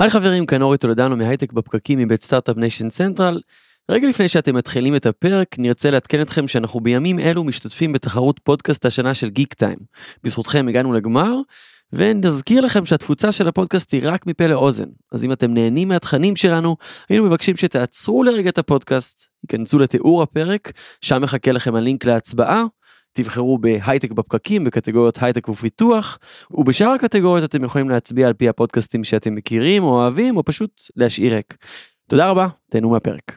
היי חברים, כאן אורי טולדנו מהייטק בפקקים מבית סטארט-אפ ניישן סנטרל. רגע לפני שאתם מתחילים את הפרק, נרצה לעדכן אתכם שאנחנו בימים אלו משתתפים בתחרות פודקאסט השנה של גיק טיים. בזכותכם הגענו לגמר, ונזכיר לכם שהתפוצה של הפודקאסט היא רק מפה לאוזן. אז אם אתם נהנים מהתכנים שלנו, היינו מבקשים שתעצרו לרגע את הפודקאסט, ייכנסו לתיאור הפרק, שם מחכה לכם הלינק להצבעה, תבחרו בהייטק בפקקים, בקטגוריות הייטק ופיתוח, ובשאר הקטגוריות אתם יכולים להצביע על פי הפודקאסטים שאתם מכירים או אוהבים, או פשוט להשאיר ריק. תודה רבה, תהנו מהפרק.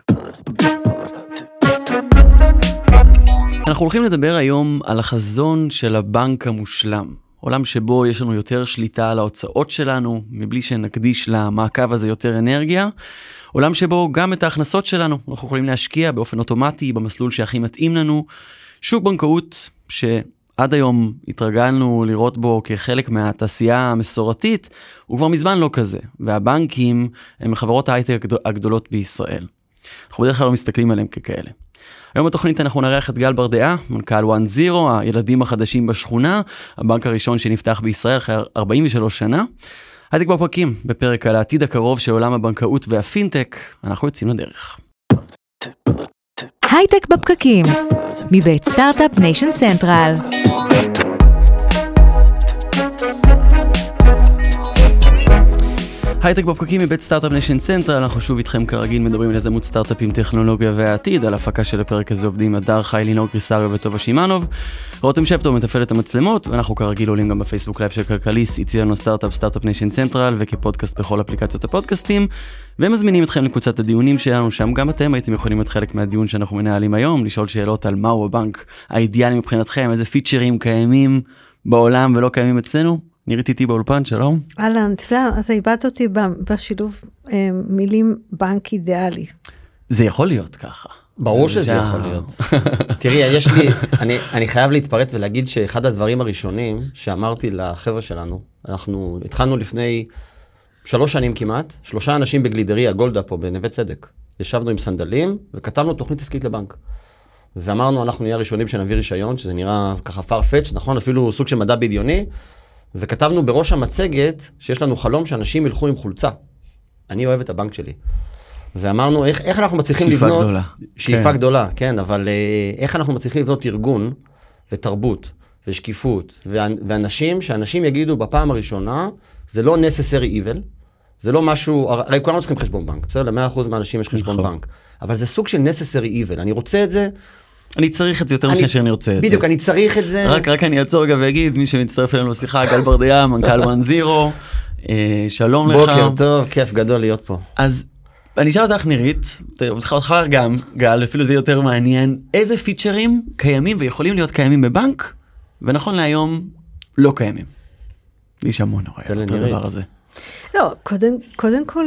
אנחנו הולכים לדבר היום על החזון של הבנק המושלם. עולם שבו יש לנו יותר שליטה על ההוצאות שלנו, מבלי שנקדיש למעקב הזה יותר אנרגיה. עולם שבו גם את ההכנסות שלנו, אנחנו יכולים להשקיע באופן אוטומטי, במסלול שהכי מתאים לנו. שוק בנקאות שעד היום התרגלנו לראות בו כחלק מהתעשייה המסורתית, הוא כבר מזמן לא כזה, והבנקים הם מחברות ההייטק הגדולות בישראל. אנחנו בדרך כלל לא מסתכלים עליהם ככאלה. היום בתוכנית אנחנו נארח את גל ברדעה, מנכ"ל 1-0, הילדים החדשים בשכונה, הבנק הראשון שנפתח בישראל אחרי 43 שנה. הייטק בפקקים, בפרק על העתיד הקרוב של עולם הבנקאות והפינטק, אנחנו יוצאים לדרך. הייטק בפקקים, מבית סטארט-אפ ניישן סנטרל. הייטק בפקקים מבית סטארט-אפ ניישן סנטרל, אנחנו שוב איתכם כרגיל מדברים על יזמות סטארט-אפים, טכנולוגיה והעתיד. על הפקה של הפרק הזה עובדים הדר חי, לינור גריסריו וטובה שימנוב. רותם שפטור מתפעל את המצלמות, ואנחנו כרגיל עולים גם בפייסבוק לייב של כלכליסט, איתי לנו סטארט-אפ ניישן סנטרל, וכפודקאסט בכל אפליקציות הפודקאסטים, ומזמינים אתכם לקבוצת הדיונים שלנו, שם גם אתם הייתם יכולים להיות חלק מהדיון שאנחנו מנהלים היום, לשאול שאלות על מהו הבנק האידיאלי מבחינתכם, איזה פיצ'רים קיימים בעולם ולא קיימים אצלנו. נראית איתי באולפן, שלום. אהלן, אתה איבדת אותי בשילוב מילים בנק אידיאלי. זה יכול להיות ככה. ברור שזה יכול להיות. תראי, אני חייב להתפרץ ולהגיד שאחד הדברים הראשונים שאמרתי לחבר'ה שלנו, אנחנו התחלנו לפני 3 שנים כמעט, 3 אנשים בגלידריה, גולדה פה בנווה צדק. ישבנו עם סנדלים וכתבנו תוכנית עסקית לבנק. ואמרנו, אנחנו נהיה הראשונים שנביא רישיון, שזה נראה ככה farfetch, נכון? אפילו סוג של מדע בדיוני. וכתבנו בראש המצגת שיש לנו חלום שאנשים ילכו עם חולצה. אני אוהב את הבנק שלי. ואמרנו, איך אנחנו מצליחים לבנות... שאיפה גדולה. שאיפה גדולה, כן, אבל איך אנחנו מצליחים לבנות ארגון ותרבות ושקיפות ואנשים, שאנשים יגידו בפעם הראשונה, זה לא necessary evil, זה לא משהו, הרי כולנו צריכים חשבון בנק, בסדר? ל100% מהאנשים יש חשבון בנק, אבל זה סוג של necessary evil, אני רוצה את זה, אני צריך את זה יותר משהו שאני רוצה את זה. בדיוק, אני צריך את זה. רק אני אעצור רגע ואגיד, מי שמצטרף אלינו לשיחה, גל ברדעה, מנכ"ל 1-0, שלום לך. בוקר טוב, כיף גדול להיות פה. אז אני אשאל אותך נירית, אותך גם, גל, אפילו זה יותר מעניין, איזה פיצ'רים קיימים ויכולים להיות קיימים בבנק, ונכון להיום לא קיימים. לי יש המון הרי, את הדבר הזה. לא, קודם כל,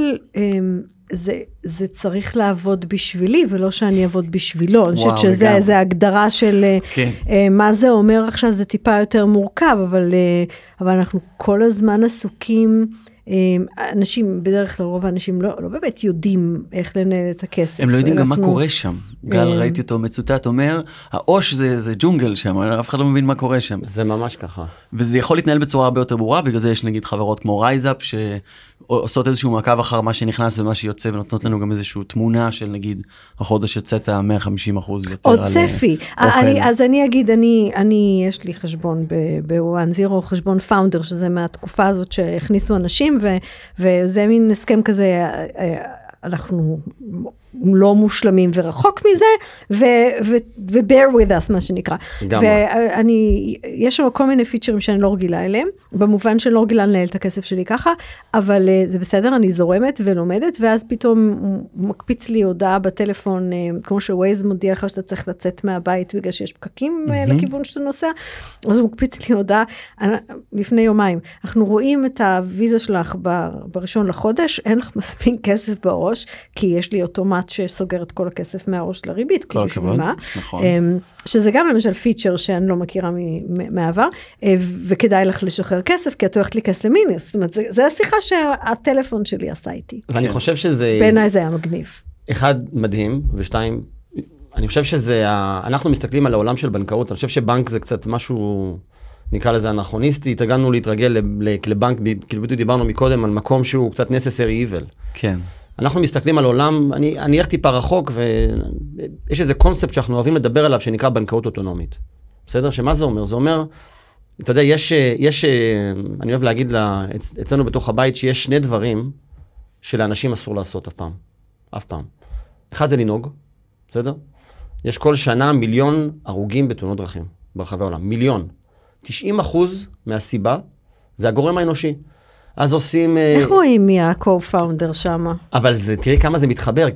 זה צריך לעבוד בשבילי, ולא שאני אעבוד בשבילו. אני חושבת שזה הגדרה של מה זה אומר עכשיו, זה טיפה יותר מורכב, אבל אנחנו כל הזמן עסוקים, אנשים, בדרך כלל רוב האנשים לא באמת יודעים איך לנהל את הכסף. הם לא יודעים גם מה קורה שם. גל, ראיתי אותו מצוטט, אומר, העוש זה ג'ונגל שם, אף אחד לא מבין מה קורה שם. זה ממש ככה. וזה יכול להתנהל בצורה הרבה יותר ברורה, בגלל זה יש נגיד חברות כמו רייזאפ, שעושות איזשהו מעקב אחר מה שנכנס ומה שיוצא, ונותנות לנו גם איזשהו תמונה של נגיד, החודש יצאת 150% יותר. עוד צפי. אז אני אגיד, יש לי חשבון ב-1-0, חשבון פאונדר, שזה מהתקופה הזאת שהכניסו אנשים, וזה מין הסכם כזה, אנחנו לא מושלמים ורחוק מזה, ו-bear with us, מה שנקרא. יש שם כל מיני פיצ'רים שאני לא רגילה אליהם, במובן שאני לא רגילה לנהל את הכסף שלי ככה, אבל זה בסדר, אני זורמת ולומדת, ואז פתאום מקפיץ לי הודעה בטלפון, כמו שווייז מודיע לך שאתה צריך לצאת מהבית, בגלל שיש פקקים לכיוון שאתה נוסע, אז הוא מקפיץ לי הודעה, לפני יומיים, אנחנו רואים את הוויזה שלך בראשון לחודש, אין לך מספיק כסף בראש, כי יש לי אוטומט שסוגר את כל הכסף מהראש לריבית, כל הכבוד, נכון. שזה גם למשל פיצ'ר שאני לא מכירה מעבר, וכדאי לך לשחרר כסף, כי את הולכת להיכנס למינוס, זאת אומרת, זה השיחה שהטלפון שלי עשה איתי. ואני חושב שזה... בעיניי זה היה מגניב. אחד, מדהים, ושתיים, אני חושב שזה, אנחנו מסתכלים על העולם של בנקאות, אני חושב שבנק זה קצת משהו נקרא לזה אנכרוניסטי, התרגלנו להתרגל לבנק, כאילו בדיוק דיברנו מקודם על מקום שהוא קצת necessary evil. כן. אנחנו מסתכלים על עולם, אני אלך טיפה רחוק, ויש איזה קונספט שאנחנו אוהבים לדבר עליו, שנקרא בנקאות אוטונומית. בסדר? שמה זה אומר? זה אומר, אתה יודע, אני אוהב להגיד אצלנו בתוך הבית, שיש שני דברים שלאנשים אסור לעשות אף פעם. אחד זה לנהוג, בסדר? יש כל שנה 1,000,000 הרוגים בתאונות דרכים ברחבי העולם. 1,000,000. 90% מהסיבה זה הגורם האנושי. אז עושים... איך רואים מי ה-co-founder שם? אבל תראי כמה זה מתחבר,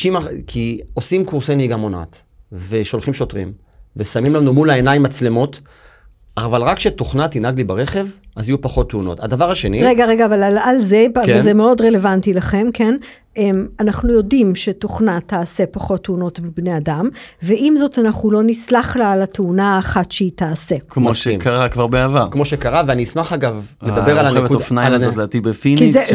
כי עושים קורסי נהיגה מונעת, ושולחים שוטרים, ושמים לנו מול העיניים מצלמות, אבל רק שתוכנה תנהג לי ברכב, אז יהיו פחות תאונות. הדבר השני... רגע, אבל על זה, כן. וזה מאוד רלוונטי לכם, כן? אנחנו יודעים שתוכנה תעשה פחות תאונות בבני אדם, ועם זאת אנחנו לא נסלח לה על התאונה האחת שהיא תעשה. כמו מסכים. שקרה כבר בעבר. כמו שקרה, ואני אשמח אגב לדבר על הרוכבת אופניים הזאת לדעתי בפיניץ.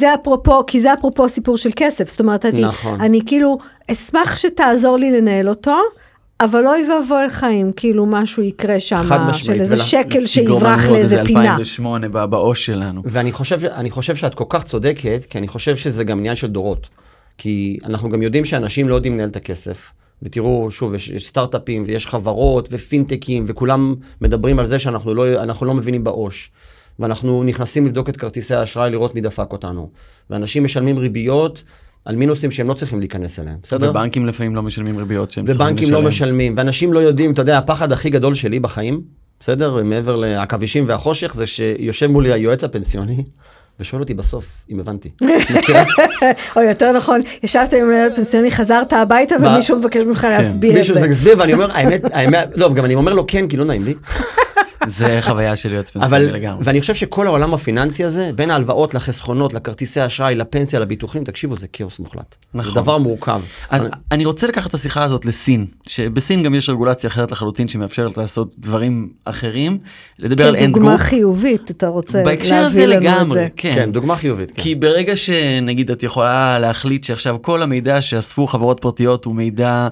כי זה אפרופו סיפור של כסף, זאת אומרת, נכון. אני כאילו אשמח שתעזור לי לנהל אותו, אבל אוי ואבוי לך אם כאילו משהו יקרה שם, של איזה שקל שיברח לאיזה פינה. 2008 באוש שלנו. ואני חושב שאת כל כך צודקת, כי אני חושב שזה גם עניין של דורות. כי אנחנו גם יודעים שאנשים לא יודעים לנהל את הכסף. ותראו, שוב, יש סטארט-אפים ויש חברות ופינטקים, וכולם מדברים על זה שאנחנו לא מבינים באוש. ואנחנו נכנסים לבדוק את כרטיסי האשראי, לראות מי דפק אותנו. ואנשים משלמים ריביות על מינוסים שהם לא צריכים להיכנס אליהם, בסדר? ובנקים לפעמים לא משלמים ריביות שהם צריכים לשלם. ובנקים לא משלמים, ואנשים לא יודעים, אתה יודע, הפחד הכי גדול שלי בחיים, בסדר? מעבר לעכבישים והחושך, זה שיושב מולי היועץ הפנסיוני, ושואל אותי בסוף, אם הבנתי. מכירה? או יותר נכון, ישבת עם מנהל פנסיוני, חזרת הביתה, ומישהו מבקש ממך להסביר את זה. מישהו מסביר, ואני אומר, האמת, לא, גם אני אומר לו כן, כי לא נעים לי. זה חוויה של יועץ פנסיוני לגמרי. ואני חושב שכל העולם הפיננסי הזה, בין ההלוואות לחסכונות, לכרטיסי אשראי, לפנסיה, לביטוחים, תקשיבו, זה כאוס מוחלט. נכון. זה דבר מורכב. אז אני רוצה לקחת את השיחה הזאת לסין, שבסין גם יש רגולציה אחרת לחלוטין שמאפשרת לעשות דברים אחרים, לדבר על אנד גרופ. כדוגמה חיובית, אתה רוצה בהקשר להביא הזה לנו לגמרי, את זה. כן, דוגמה חיובית. כן. כי ברגע שנגיד את יכולה להחליט שעכשיו כל המידע שאספו חברות פרטיות הוא מידע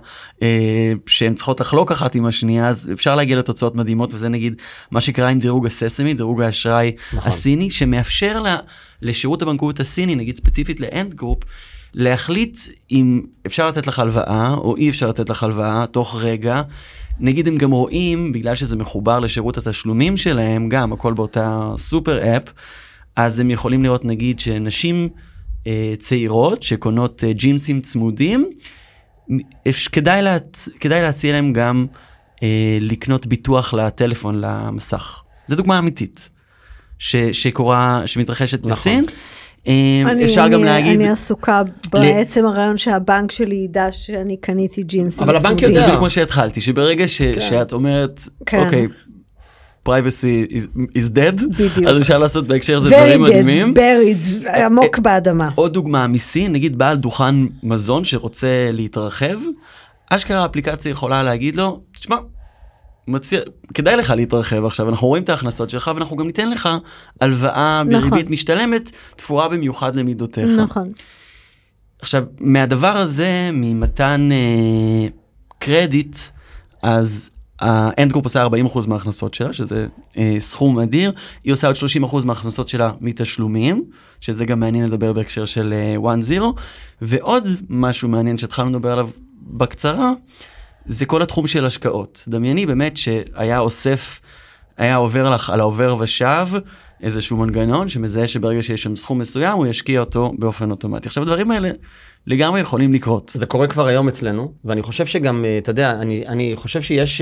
שהן צריכות לחלוק אחת עם השנייה, אז אפשר להגיע לתוצאות מדהימות, וזה נגיד מה שקרה עם דירוג הססמי, דירוג האשראי הסיני, שמאפשר לשירות הבנקאות הסיני, נגיד ספציפית לאנד גרופ, להחליט אם אפשר לתת לך הלוואה, או אי אפשר לתת לך הלוואה תוך רגע. נגיד הם גם רואים, בגלל שזה מחובר לשירות התשלומים שלהם, גם הכל באותה סופר אפ, אז הם יכולים לראות נגיד שנשים צעירות שקונות ג'ימסים צמודים, כדאי להציע להם גם לקנות ביטוח לטלפון למסך. זו דוגמה אמיתית שמתרחשת בסין. אפשר גם להגיד... אני עסוקה בעצם הרעיון שהבנק שלי ידע שאני קניתי ג'ינסים. אבל הבנק יודע. זה בדיוק כמו שהתחלתי, שברגע שאת אומרת, אוקיי, privacy is dead, אז אפשר לעשות בהקשר זה דברים מדהימים. buried, עמוק באדמה. עוד דוגמה מסין, נגיד בעל דוכן מזון שרוצה להתרחב, אשכרה האפליקציה יכולה להגיד לו, תשמע, כדאי לך להתרחב עכשיו, אנחנו רואים את ההכנסות שלך, ואנחנו גם ניתן לך הלוואה בריבית משתלמת, תפורה במיוחד למידותיך. נכון. עכשיו, מהדבר הזה, ממתן קרדיט, אז האנד גרופ עושה 40% מההכנסות שלה, שזה סכום אדיר, היא עושה עוד 30% מההכנסות שלה מתשלומים, שזה גם מעניין לדבר בהקשר של 1-0, ועוד משהו מעניין שהתחלנו לדבר עליו בקצרה, זה כל התחום של השקעות. דמייני באמת שהיה עובר לך על העובר ושב, איזשהו מנגנון שמזהה שברגע שיש שם סכום מסוים, הוא ישקיע אותו באופן אוטומטי. עכשיו, הדברים האלה לגמרי יכולים לקרות. זה קורה כבר היום אצלנו, ואני חושב שגם, אתה יודע, אני חושב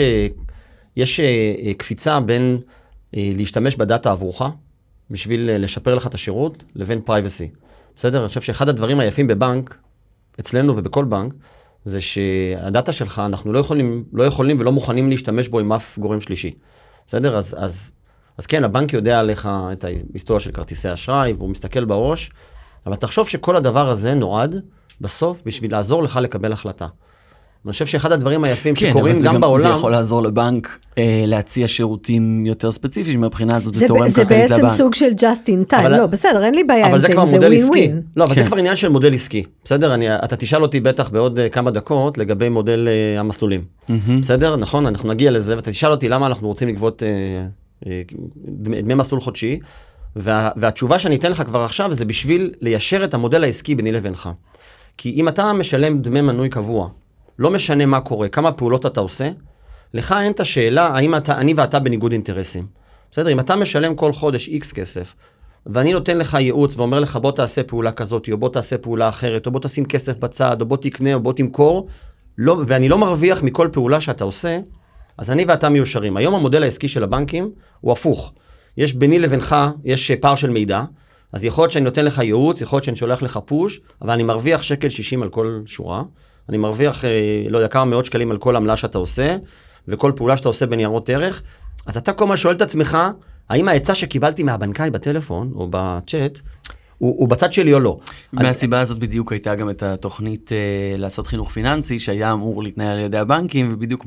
שיש קפיצה בין להשתמש בדאטה עבורך, בשביל לשפר לך את השירות, לבין privacy. בסדר? אני חושב שאחד הדברים היפים בבנק, אצלנו ובכל בנק, זה שהדאטה שלך, אנחנו לא יכולים ולא מוכנים להשתמש בו עם אף גורם שלישי. בסדר? אז כן, הבנק יודע עליך את ההיסטוריה של כרטיסי אשראי, והוא מסתכל בראש, אבל תחשוב שכל הדבר הזה נועד בסוף בשביל לעזור לך לקבל החלטה. אני חושב שאחד הדברים היפים שקורים גם בעולם... זה יכול לעזור לבנק להציע שירותים יותר ספציפיים, מהבחינה הזאת זה תורם כלכלית לבנק. זה בעצם סוג של just in time, לא, בסדר, אין לי בעיה עם זה, זה win-win. לא, אבל זה כבר עניין של מודל עסקי, בסדר? אתה תשאל אותי בטח בעוד כמה דקות לגבי מודל המסלולים, בסדר? נכון, אנחנו נגיע לזה, ואתה תשאל אותי למה אנחנו רוצים לגבות דמי מסלול חודשי, והתשובה שאני אתן לך כבר עכשיו, זה בשביל ליישר את המודל העסקי ביני לבינך. כי אם אתה משלם דמי מנוי קבוע, לא משנה מה קורה, כמה פעולות אתה עושה, לך אין את השאלה, האם אני ואתה בניגוד אינטרסים. בסדר? אם אתה משלם כל חודש X כסף, ואני נותן לך ייעוץ ואומר לך, בוא תעשה פעולה כזאת, או בוא תעשה פעולה אחרת, או בוא תשים כסף בצד, או בוא תקנה, או בוא תמכור, ואני לא מרוויח מכל פעולה שאתה עושה, אז אני ואתה מיושרים. היום המודל העסקי של הבנקים הוא הפוך. יש ביני לבינך, יש פער של מידע, אז יכול להיות שאני נותן לך ייעוץ, יכול להיות שאני שולח לך פוש, אבל אני מרוויח שקל 60 על כל שורה, אני מרוויח, לא יודע, כמה מאות שקלים על כל עמלה שאתה עושה, וכל פעולה שאתה עושה בניירות ערך, אז אתה כל מה שואל את עצמך, האם העצה שקיבלתי מהבנקאי בטלפון, או בצ'אט, הוא בצד שלי או לא. מהסיבה הזאת בדיוק הייתה גם את התוכנית לעשות חינוך פיננסי, שהיה אמור להתנהל על ידי הבנקים, ובדיוק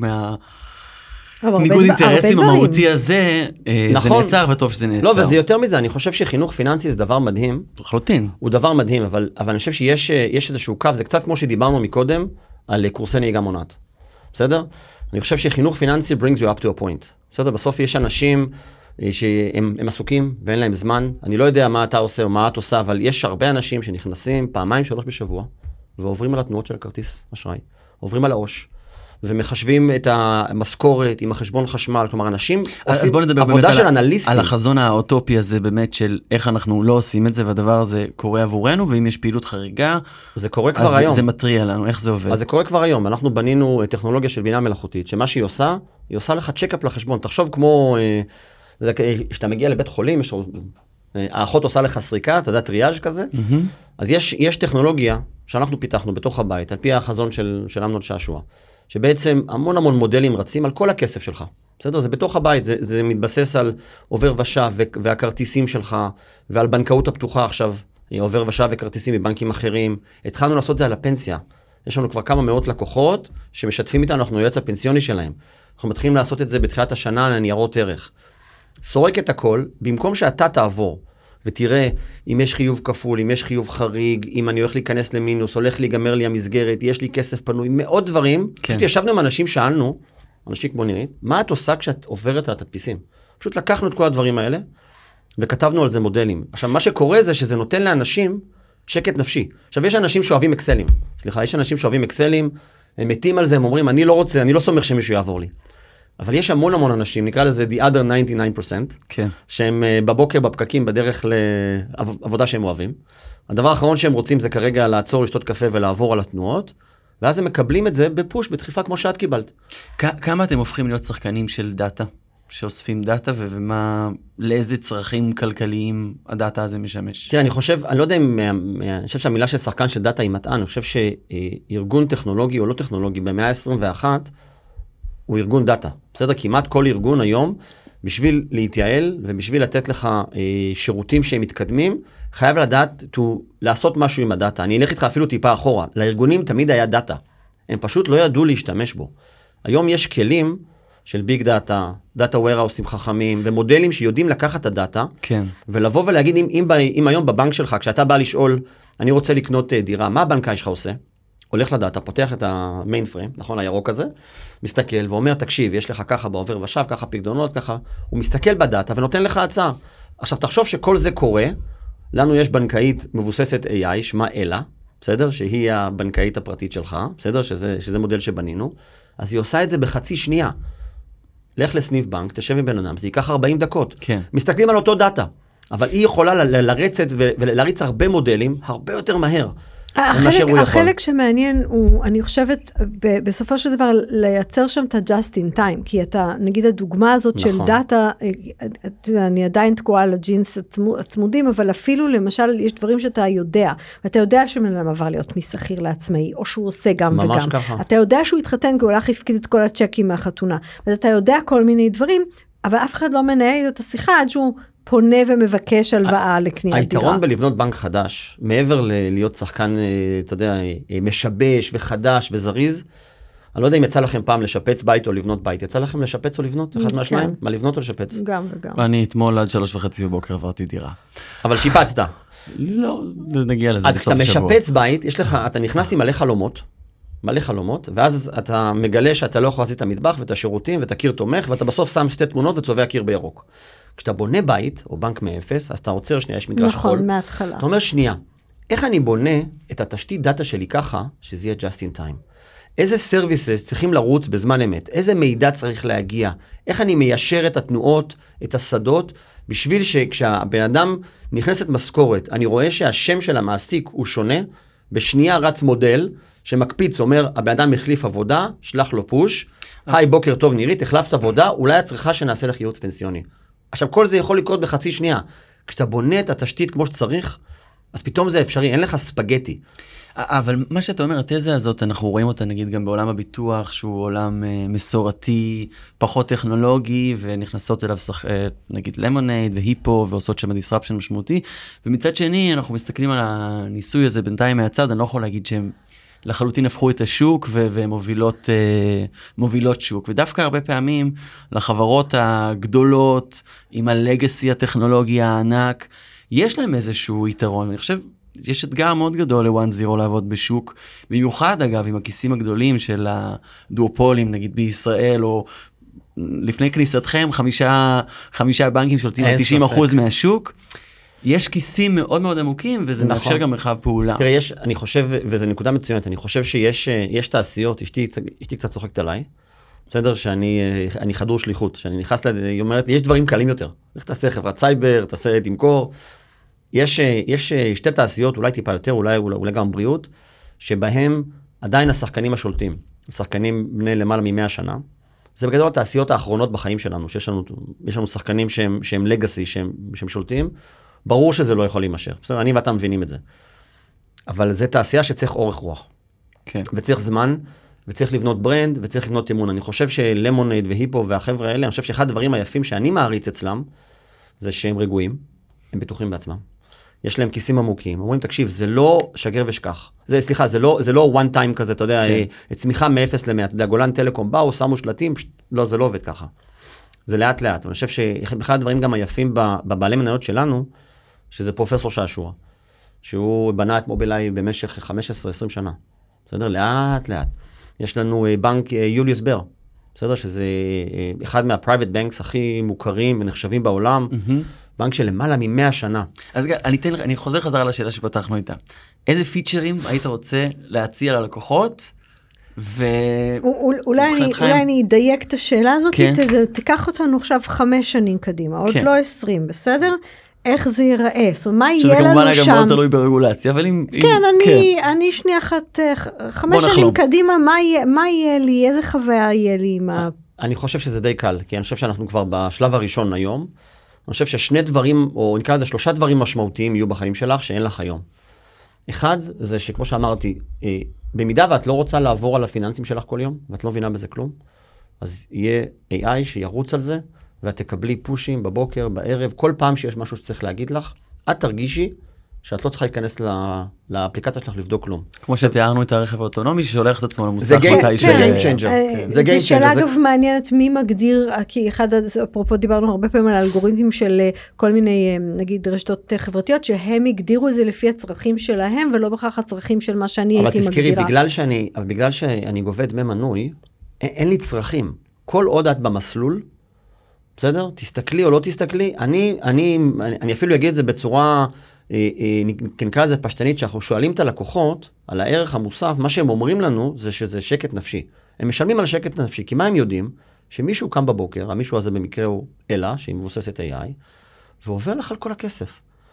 ניגוד אינטרסים המהותי הזה, זה נעצר וטוב שזה נעצר. לא, וזה יותר מזה, אני חושב שחינוך פיננסי זה דבר מדהים. לחלוטין. הוא דבר מדהים, אבל אני חושב שיש איזשהו קו, זה קצת כמו שדיברנו מקודם, על קורסי נהיגה מונעת. בסדר? אני חושב שחינוך פיננסי brings you up to a point. בסדר? בסוף יש אנשים שהם עסוקים ואין להם זמן. אני לא יודע מה אתה עושה או מה את עושה, אבל יש הרבה אנשים שנכנסים 2-3 בשבוע, ועוברים על התנועות של הכרטיס אשראי, עוברים על העו"ש, ומחשבים את המשכורת עם החשבון חשמל, כלומר אנשים עושים עבודה של אנליסטים. על החזון האוטופי הזה באמת של איך אנחנו לא עושים את זה, והדבר הזה קורה עבורנו, ואם יש פעילות חריגה, זה קורה כבר היום. אז זה מטריע לנו, איך זה עובד? אז זה קורה כבר היום, אנחנו בנינו טכנולוגיה של בינה מלאכותית, שמה שהיא עושה לך צ'קאפ לחשבון, תחשוב כמו, שאתה מגיע לבית חולים, האחות עושה לך סריקה, אתה יודע, טריאז' כזה, אז יש טכנולוגיה שאנחנו פיתחנו בתוך הבית, על פי החזון של אמנון שעשוע, שבעצם המון מודלים רצים על כל הכסף שלך. בסדר? זה בתוך הבית, זה מתבסס על עובר ושב והכרטיסים שלך, ועל בנקאות הפתוחה עכשיו, עובר ושב וכרטיסים מבנקים אחרים. התחלנו לעשות זה על הפנסיה. יש לנו כבר כמה מאות לקוחות שמשתפים איתנו, אנחנו יועץ הפנסיוני שלהם. אנחנו מתחילים לעשות את זה בתחילת השנה על ניירות ערך. סורק את הכל, במקום שאתה תעבור ותראה אם יש חיוב כפול, אם יש חיוב חריג, אם אני הולך להיכנס למינוס, הולך להיגמר לי המסגרת, יש לי כסף פנוי, מאוד דברים. פשוט ישבנו עם אנשים, שאלנו, אנשים כמו נירית, מה את עושה כשאת עוברת על התדפיסים? פשוט לקחנו את כל הדברים האלה, וכתבנו על זה מודלים. עכשיו, מה שקורה זה שזה נותן לאנשים שקט נפשי. עכשיו, יש אנשים שאוהבים אקסלים. סליחה, יש אנשים שאוהבים אקסלים, הם מתים על זה, הם אומרים, אני לא רוצה, אני לא סומך שמישהו יעבור לי. אבל יש המון אנשים, נקרא לזה the other 99%, כן. שהם בבוקר בפקקים בדרך לעבודה שהם אוהבים. הדבר האחרון שהם רוצים זה כרגע לעצור, לשתות קפה ולעבור על התנועות, ואז הם מקבלים את זה בפוש, בדחיפה כמו שאת קיבלת. כמה אתם הופכים להיות שחקנים של דאטה, שאוספים דאטה, לאיזה צרכים כלכליים הדאטה הזה משמש? תראה, אני לא יודע אם, אני חושב שהמילה של שחקן של דאטה היא מטעה, אני חושב שארגון טכנולוגי או לא טכנולוגי במאה ה-21, הוא ארגון דאטה. בסדר? כמעט כל ארגון היום, בשביל להתייעל ובשביל לתת לך שירותים שהם מתקדמים, חייב לדעת לעשות משהו עם הדאטה. אני אלך איתך אפילו טיפה אחורה. לארגונים תמיד היה דאטה. הם פשוט לא ידעו להשתמש בו. היום יש כלים של ביג דאטה, דאטה ווירהאוסים חכמים, ומודלים שיודעים לקחת את הדאטה, כן. ולבוא ולהגיד, אם היום בבנק שלך, כשאתה בא לשאול, אני רוצה לקנות דירה, מה הבנקאי שלך עושה? הולך לדאטה, פותח את המיין פריים, נכון, הירוק הזה, מסתכל ואומר, תקשיב, יש לך ככה בעובר ושב, ככה פקדונות, ככה, הוא מסתכל בדאטה ונותן לך הצעה. עכשיו, תחשוב שכל זה קורה, לנו יש בנקאית מבוססת AI, שמה אלה, בסדר? שהיא הבנקאית הפרטית שלך, בסדר? שזה מודל שבנינו, אז היא עושה את זה בחצי שנייה. לך לסניף בנק, תשב עם בן אדם, זה ייקח 40 דקות. כן. מסתכלים על אותו דאטה, אבל היא יכולה לרצת ולהריץ הרבה מודלים, הרבה יותר מהר. החלק שמעניין הוא, אני חושבת, בסופו של דבר, לייצר שם את ה-just in time, כי אתה, נגיד הדוגמה הזאת של דאטה, אני עדיין תקועה על הג'ינס הצמודים, אבל אפילו למשל, יש דברים שאתה יודע, ואתה יודע שבן אדם עבר להיות משכיר לעצמאי, או שהוא עושה גם וגם. ממש ככה. אתה יודע שהוא התחתן, כי הוא הולך להפקיד את כל הצ'קים מהחתונה, ואתה יודע כל מיני דברים, אבל אף אחד לא מנהל את השיחה עד שהוא פונה ומבקש הלוואה לקניית דירה. היתרון בלבנות בנק חדש, מעבר להיות שחקן, אתה יודע, משבש וחדש וזריז, אני לא יודע אם יצא לכם פעם לשפץ בית או לבנות בית. יצא לכם לשפץ או לבנות? אחד מהשניים? מה לבנות או לשפץ? גם וגם. אני אתמול עד 3:30 בבוקר עברתי דירה. אבל שיפצת. לא, נגיע לזה אז כשאתה משפץ בית, יש לך, אתה נכנס עם מלא חלומות, מלא חלומות, ואז אתה מגלה שאתה לא יכול לעשות את המטבח ואת השירותים ואת הקיר תומך, ואתה בסוף שם 2 תמונות וצובע קיר בירוק. כשאתה בונה בית, או בנק מאפס, אז אתה עוצר שנייה, יש מגרש חול. נכון, מההתחלה. אתה אומר שנייה, איך אני בונה את התשתית דאטה שלי ככה, שזה יהיה just in time? איזה services צריכים לרוץ בזמן אמת? איזה מידע צריך להגיע? איך אני מיישר את התנועות, את השדות, בשביל שכשהבן אדם נכנסת משכורת, אני רואה שהשם של המעסיק הוא שונה, בשנייה רץ מודל שמקפיץ, אומר, הבן אדם החליף עבודה, שלח לו פוש, היי, בוקר טוב נירית, החלפת עבודה, אולי את צריכה שנעשה לך ייעוץ פנסיוני. עכשיו, כל זה יכול לקרות בחצי שנייה. כשאתה בונה את התשתית כמו שצריך, אז פתאום זה אפשרי, אין לך ספגטי. אבל מה שאתה אומר, התזה הזאת, אנחנו רואים אותה נגיד גם בעולם הביטוח, שהוא עולם מסורתי, פחות טכנולוגי, ונכנסות אליו נגיד למונייד והיפו, ועושות שם disruption משמעותי, ומצד שני אנחנו מסתכלים על הניסוי הזה בינתיים מהצד, אני לא יכול להגיד שהם לחלוטין הפכו את השוק, והן מובילות שוק, ודווקא הרבה פעמים לחברות הגדולות, עם הלגסי הטכנולוגי הענק, יש להם איזשהו יתרון, אני חושב, יש אתגר מאוד גדול ל-1-0 לעבוד בשוק, במיוחד אגב עם הכיסים הגדולים של הדואופולים, נגיד בישראל, או לפני כניסתכם, 5 בנקים שולטים על 90% מהשוק, יש כיסים מאוד מאוד עמוקים, וזה מאפשר גם מרחב פעולה. תראה, אני חושב, וזו נקודה מצוינת, אני חושב שיש תעשיות, אשתי קצת צוחקת עליי, בסדר שאני חדור שליחות, שאני נכנס היא אומרת, יש דברים קלים יותר, איך תעשה חברת סייבר, תמכור, יש 2 תעשיות, אולי טיפה יותר, אולי גם בריאות, שבהם עדיין השחקנים השולטים, השחקנים בני למעלה מ100 שנה, זה בגדול התעשיות האחרונות בחיים שלנו, שיש לנו שחקנים שהם לגאסי, שהם שולטים, ברור שזה לא יכול להימשך, בסדר, אני ואתה מבינים את זה. אבל זה תעשייה שצריך אורך רוח. כן. וצריך זמן, וצריך לבנות ברנד, וצריך לבנות אמון. אני חושב שלמונייד והיפו והחבר'ה האלה, אני חושב שאחד הדברים היפים שאני מעריץ אצלם, זה שהם רגועים, הם בטוחים בעצמם. יש להם כיסים עמוקים. אומרים, תקשיב, זה לא שגר ושכח. זה לא one time כזה, אתה יודע, צמיחה מ-0 ל-100. אתה יודע, גולן טלקום באו, שמו שלטים, לא, זה לא עובד ככה. זה לאט לאט. ואני חושב שאחד הדברים גם היפים בבעלי מניות שלנו, שזה פרופסור שעשוע, שהוא בנה את מובילאיי במשך 15-20 שנה. בסדר? לאט לאט. יש לנו בנק יוליוס בר, בסדר? שזה אחד מהפרייבט בנקס הכי מוכרים ונחשבים בעולם, בנק של למעלה מ100 שנה. אז אני חוזר חזרה לשאלה שפתחנו איתה. איזה פיצ'רים היית רוצה להציע ללקוחות? אולי אני אדייק את השאלה הזאת, תיקח אותנו עכשיו 5 שנים קדימה, עוד לא 20, בסדר? איך זה ייראה? זאת אומרת, מה יהיה לנו שם? שזה כמובן אגב מאוד תלוי ברגולציה, אבל אם... כן, אני שנייה אחת, 5 שנים קדימה, מה יהיה לי? איזה חוויה יהיה לי עם ה... אני חושב שזה די קל, כי אני חושב שאנחנו כבר בשלב הראשון היום, אני חושב ש2 דברים, או נקרא לזה 3 דברים משמעותיים יהיו בחיים שלך, שאין לך היום. אחד, זה שכמו שאמרתי, במידה ואת לא רוצה לעבור על הפיננסים שלך כל יום, ואת לא מבינה בזה כלום, אז יהיה AI שירוץ על זה, ואת תקבלי פושים בבוקר, בערב, כל פעם שיש משהו שצריך להגיד לך, את תרגישי שאת לא צריכה להיכנס לאפליקציה שלך לבדוק כלום. כמו שתיארנו את הרכב האוטונומי, ששולח את עצמו למוסך מתי זה game changer. זה שאלה אגב מעניינת, מי מגדיר, כי אפרופו דיברנו הרבה פעמים על האלגוריתמים של כל מיני, נגיד, רשתות חברתיות, שהם הגדירו את זה לפי הצרכים שלהם, ולא בכך הצרכים של מה שאני הייתי מגדירה. אבל תזכירי, בגלל שאני גובה דמי מנוי, אין לי צרכים. כל עוד את במסלול, בסדר? תסתכלי או לא תסתכלי, אני אפילו אגיד את זה בצורה, נקרא לזה פשטנית, שאנחנו שואלים את הלקוחות על הערך המוסף, מה שהם אומרים לנו זה שזה שקט נפשי. הם משלמים על שקט נפשי, כי מה הם יודעים? שמישהו קם בבוקר, המישהו הזה במקרה הוא אלה, שהיא מבוססת AI, ועובר לך על כל הכסף.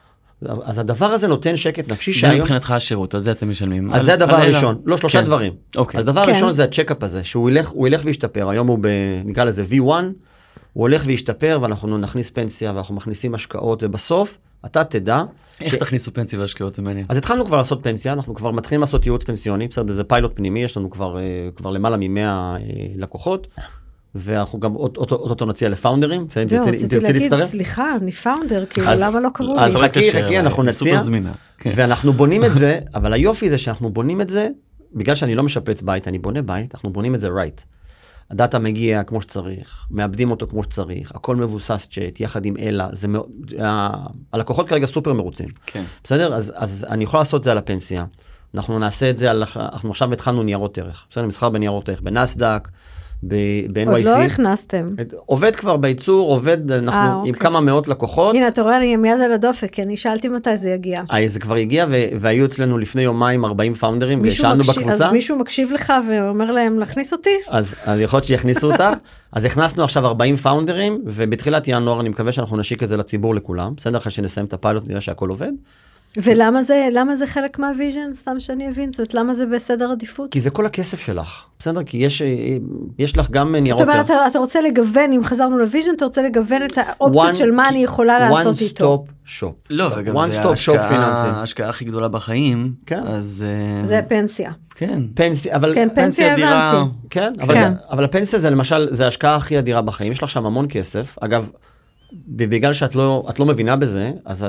אז הדבר הזה נותן שקט נפשי שהיום... זה מבחינתך השירות, על זה אתם משלמים. אז זה הדבר הראשון. לא, 3 דברים. אז הדבר הראשון זה הצ'קאפ הזה, שהוא ילך וישתפר. היום הוא נקרא לזה V1, הוא הולך וישתפר, ואנחנו נכניס פנסיה, ואנחנו מכניסים השקעות, ובסוף אתה תדע... איך תכניסו פנסיה והשקעות, זה מעניין? אז התחלנו כבר לעשות פנסיה, אנחנו כבר מתחילים לעשות ייעוץ פנסיוני, בסדר, זה פיילוט פנימי, יש לנו כבר למעלה מ100 לקוחות, ואנחנו גם אותו נציע לפאונדרים, אם תרצי להצטרף. סליחה, אני פאונדר, כאילו, למה לא קראו לי? אז חכי, אנחנו נציע, ואנחנו בונים את זה, אבל היופי זה שאנחנו בונים את זה, בגלל שאני לא משפץ בית, אני בונה בית, אנחנו בונים את זה right. הדאטה מגיע כמו שצריך, מאבדים אותו כמו שצריך, הכל מבוסס צ'אט, יחד עם אלה, הלקוחות כרגע סופר מרוצים. כן. בסדר? אז אני יכול לעשות את זה על הפנסיה. אנחנו נעשה את זה, אנחנו עכשיו התחלנו ניירות ערך, בסדר, מסחר בניירות ערך, בנסדק, ב-NYC. עוד לא הכנסתם. עובד כבר בייצור, עובד, אנחנו עם כמה מאות לקוחות. הנה, אתה רואה, אני עם יד על הדופק, כי אני שאלתי מתי זה יגיע. זה כבר הגיע, והיו אצלנו לפני יומיים 40 פאונדרים, ושאלנו בקבוצה. אז מישהו מקשיב לך ואומר להם להכניס אותי? אז יכול להיות שיכניסו אותך. אז הכנסנו עכשיו 40 פאונדרים, ובתחילת ינואר אני מקווה שאנחנו נשיק את זה לציבור לכולם. בסדר, אחרי שנסיים את הפיילוט, נראה שהכל עובד. ולמה זה חלק מהוויז'ן, סתם שאני אבין? זאת אומרת, למה זה בסדר עדיפות? כי זה כל הכסף שלך, בסדר? כי יש לך גם ניירות. זאת אומרת, אתה רוצה לגוון, אם חזרנו לוויז'ן, אתה רוצה לגוון את האופציות של מה אני יכולה לעשות איתו. one stop shop. לא, וגם זה ההשקעה הכי גדולה בחיים. כן. זה פנסיה. כן. פנסיה, אבל... כן, פנסיה הבנתי. כן, אבל הפנסיה זה למשל, זה ההשקעה הכי אדירה בחיים. יש לך שם המון כסף. אגב, בגלל שאת לא מבינה בזה, אז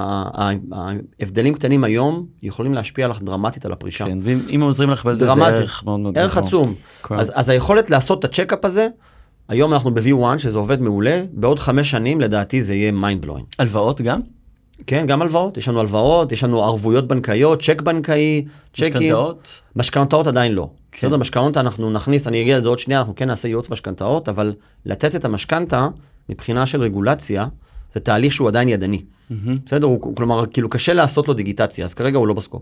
ההבדלים קטנים היום יכולים להשפיע לך דרמטית על הפרישה. כן, ואם עוזרים לך בזה, זה ערך מאוד מאוד. ערך עצום. אז היכולת לעשות את הצ'קאפ הזה, היום אנחנו ב-V1, שזה עובד מעולה, בעוד 5 שנים לדעתי זה יהיה mind blowing. הלוואות גם? כן, גם הלוואות. יש לנו הלוואות, יש לנו ערבויות בנקאיות, צ'ק בנקאי, צ'קים. משכנתאות? משכנתאות עדיין לא. בסדר, משכנתאות אנחנו נכניס, אני אגיע לזה עוד שנייה, אנחנו כן נעשה ייעוץ משכנתאות, אבל לתת את המשכנתה, מבחינה של רגולציה, זה תהליך שהוא עדיין ידני. בסדר? כלומר, כאילו קשה לעשות לו דיגיטציה, אז כרגע הוא לא בסקופ.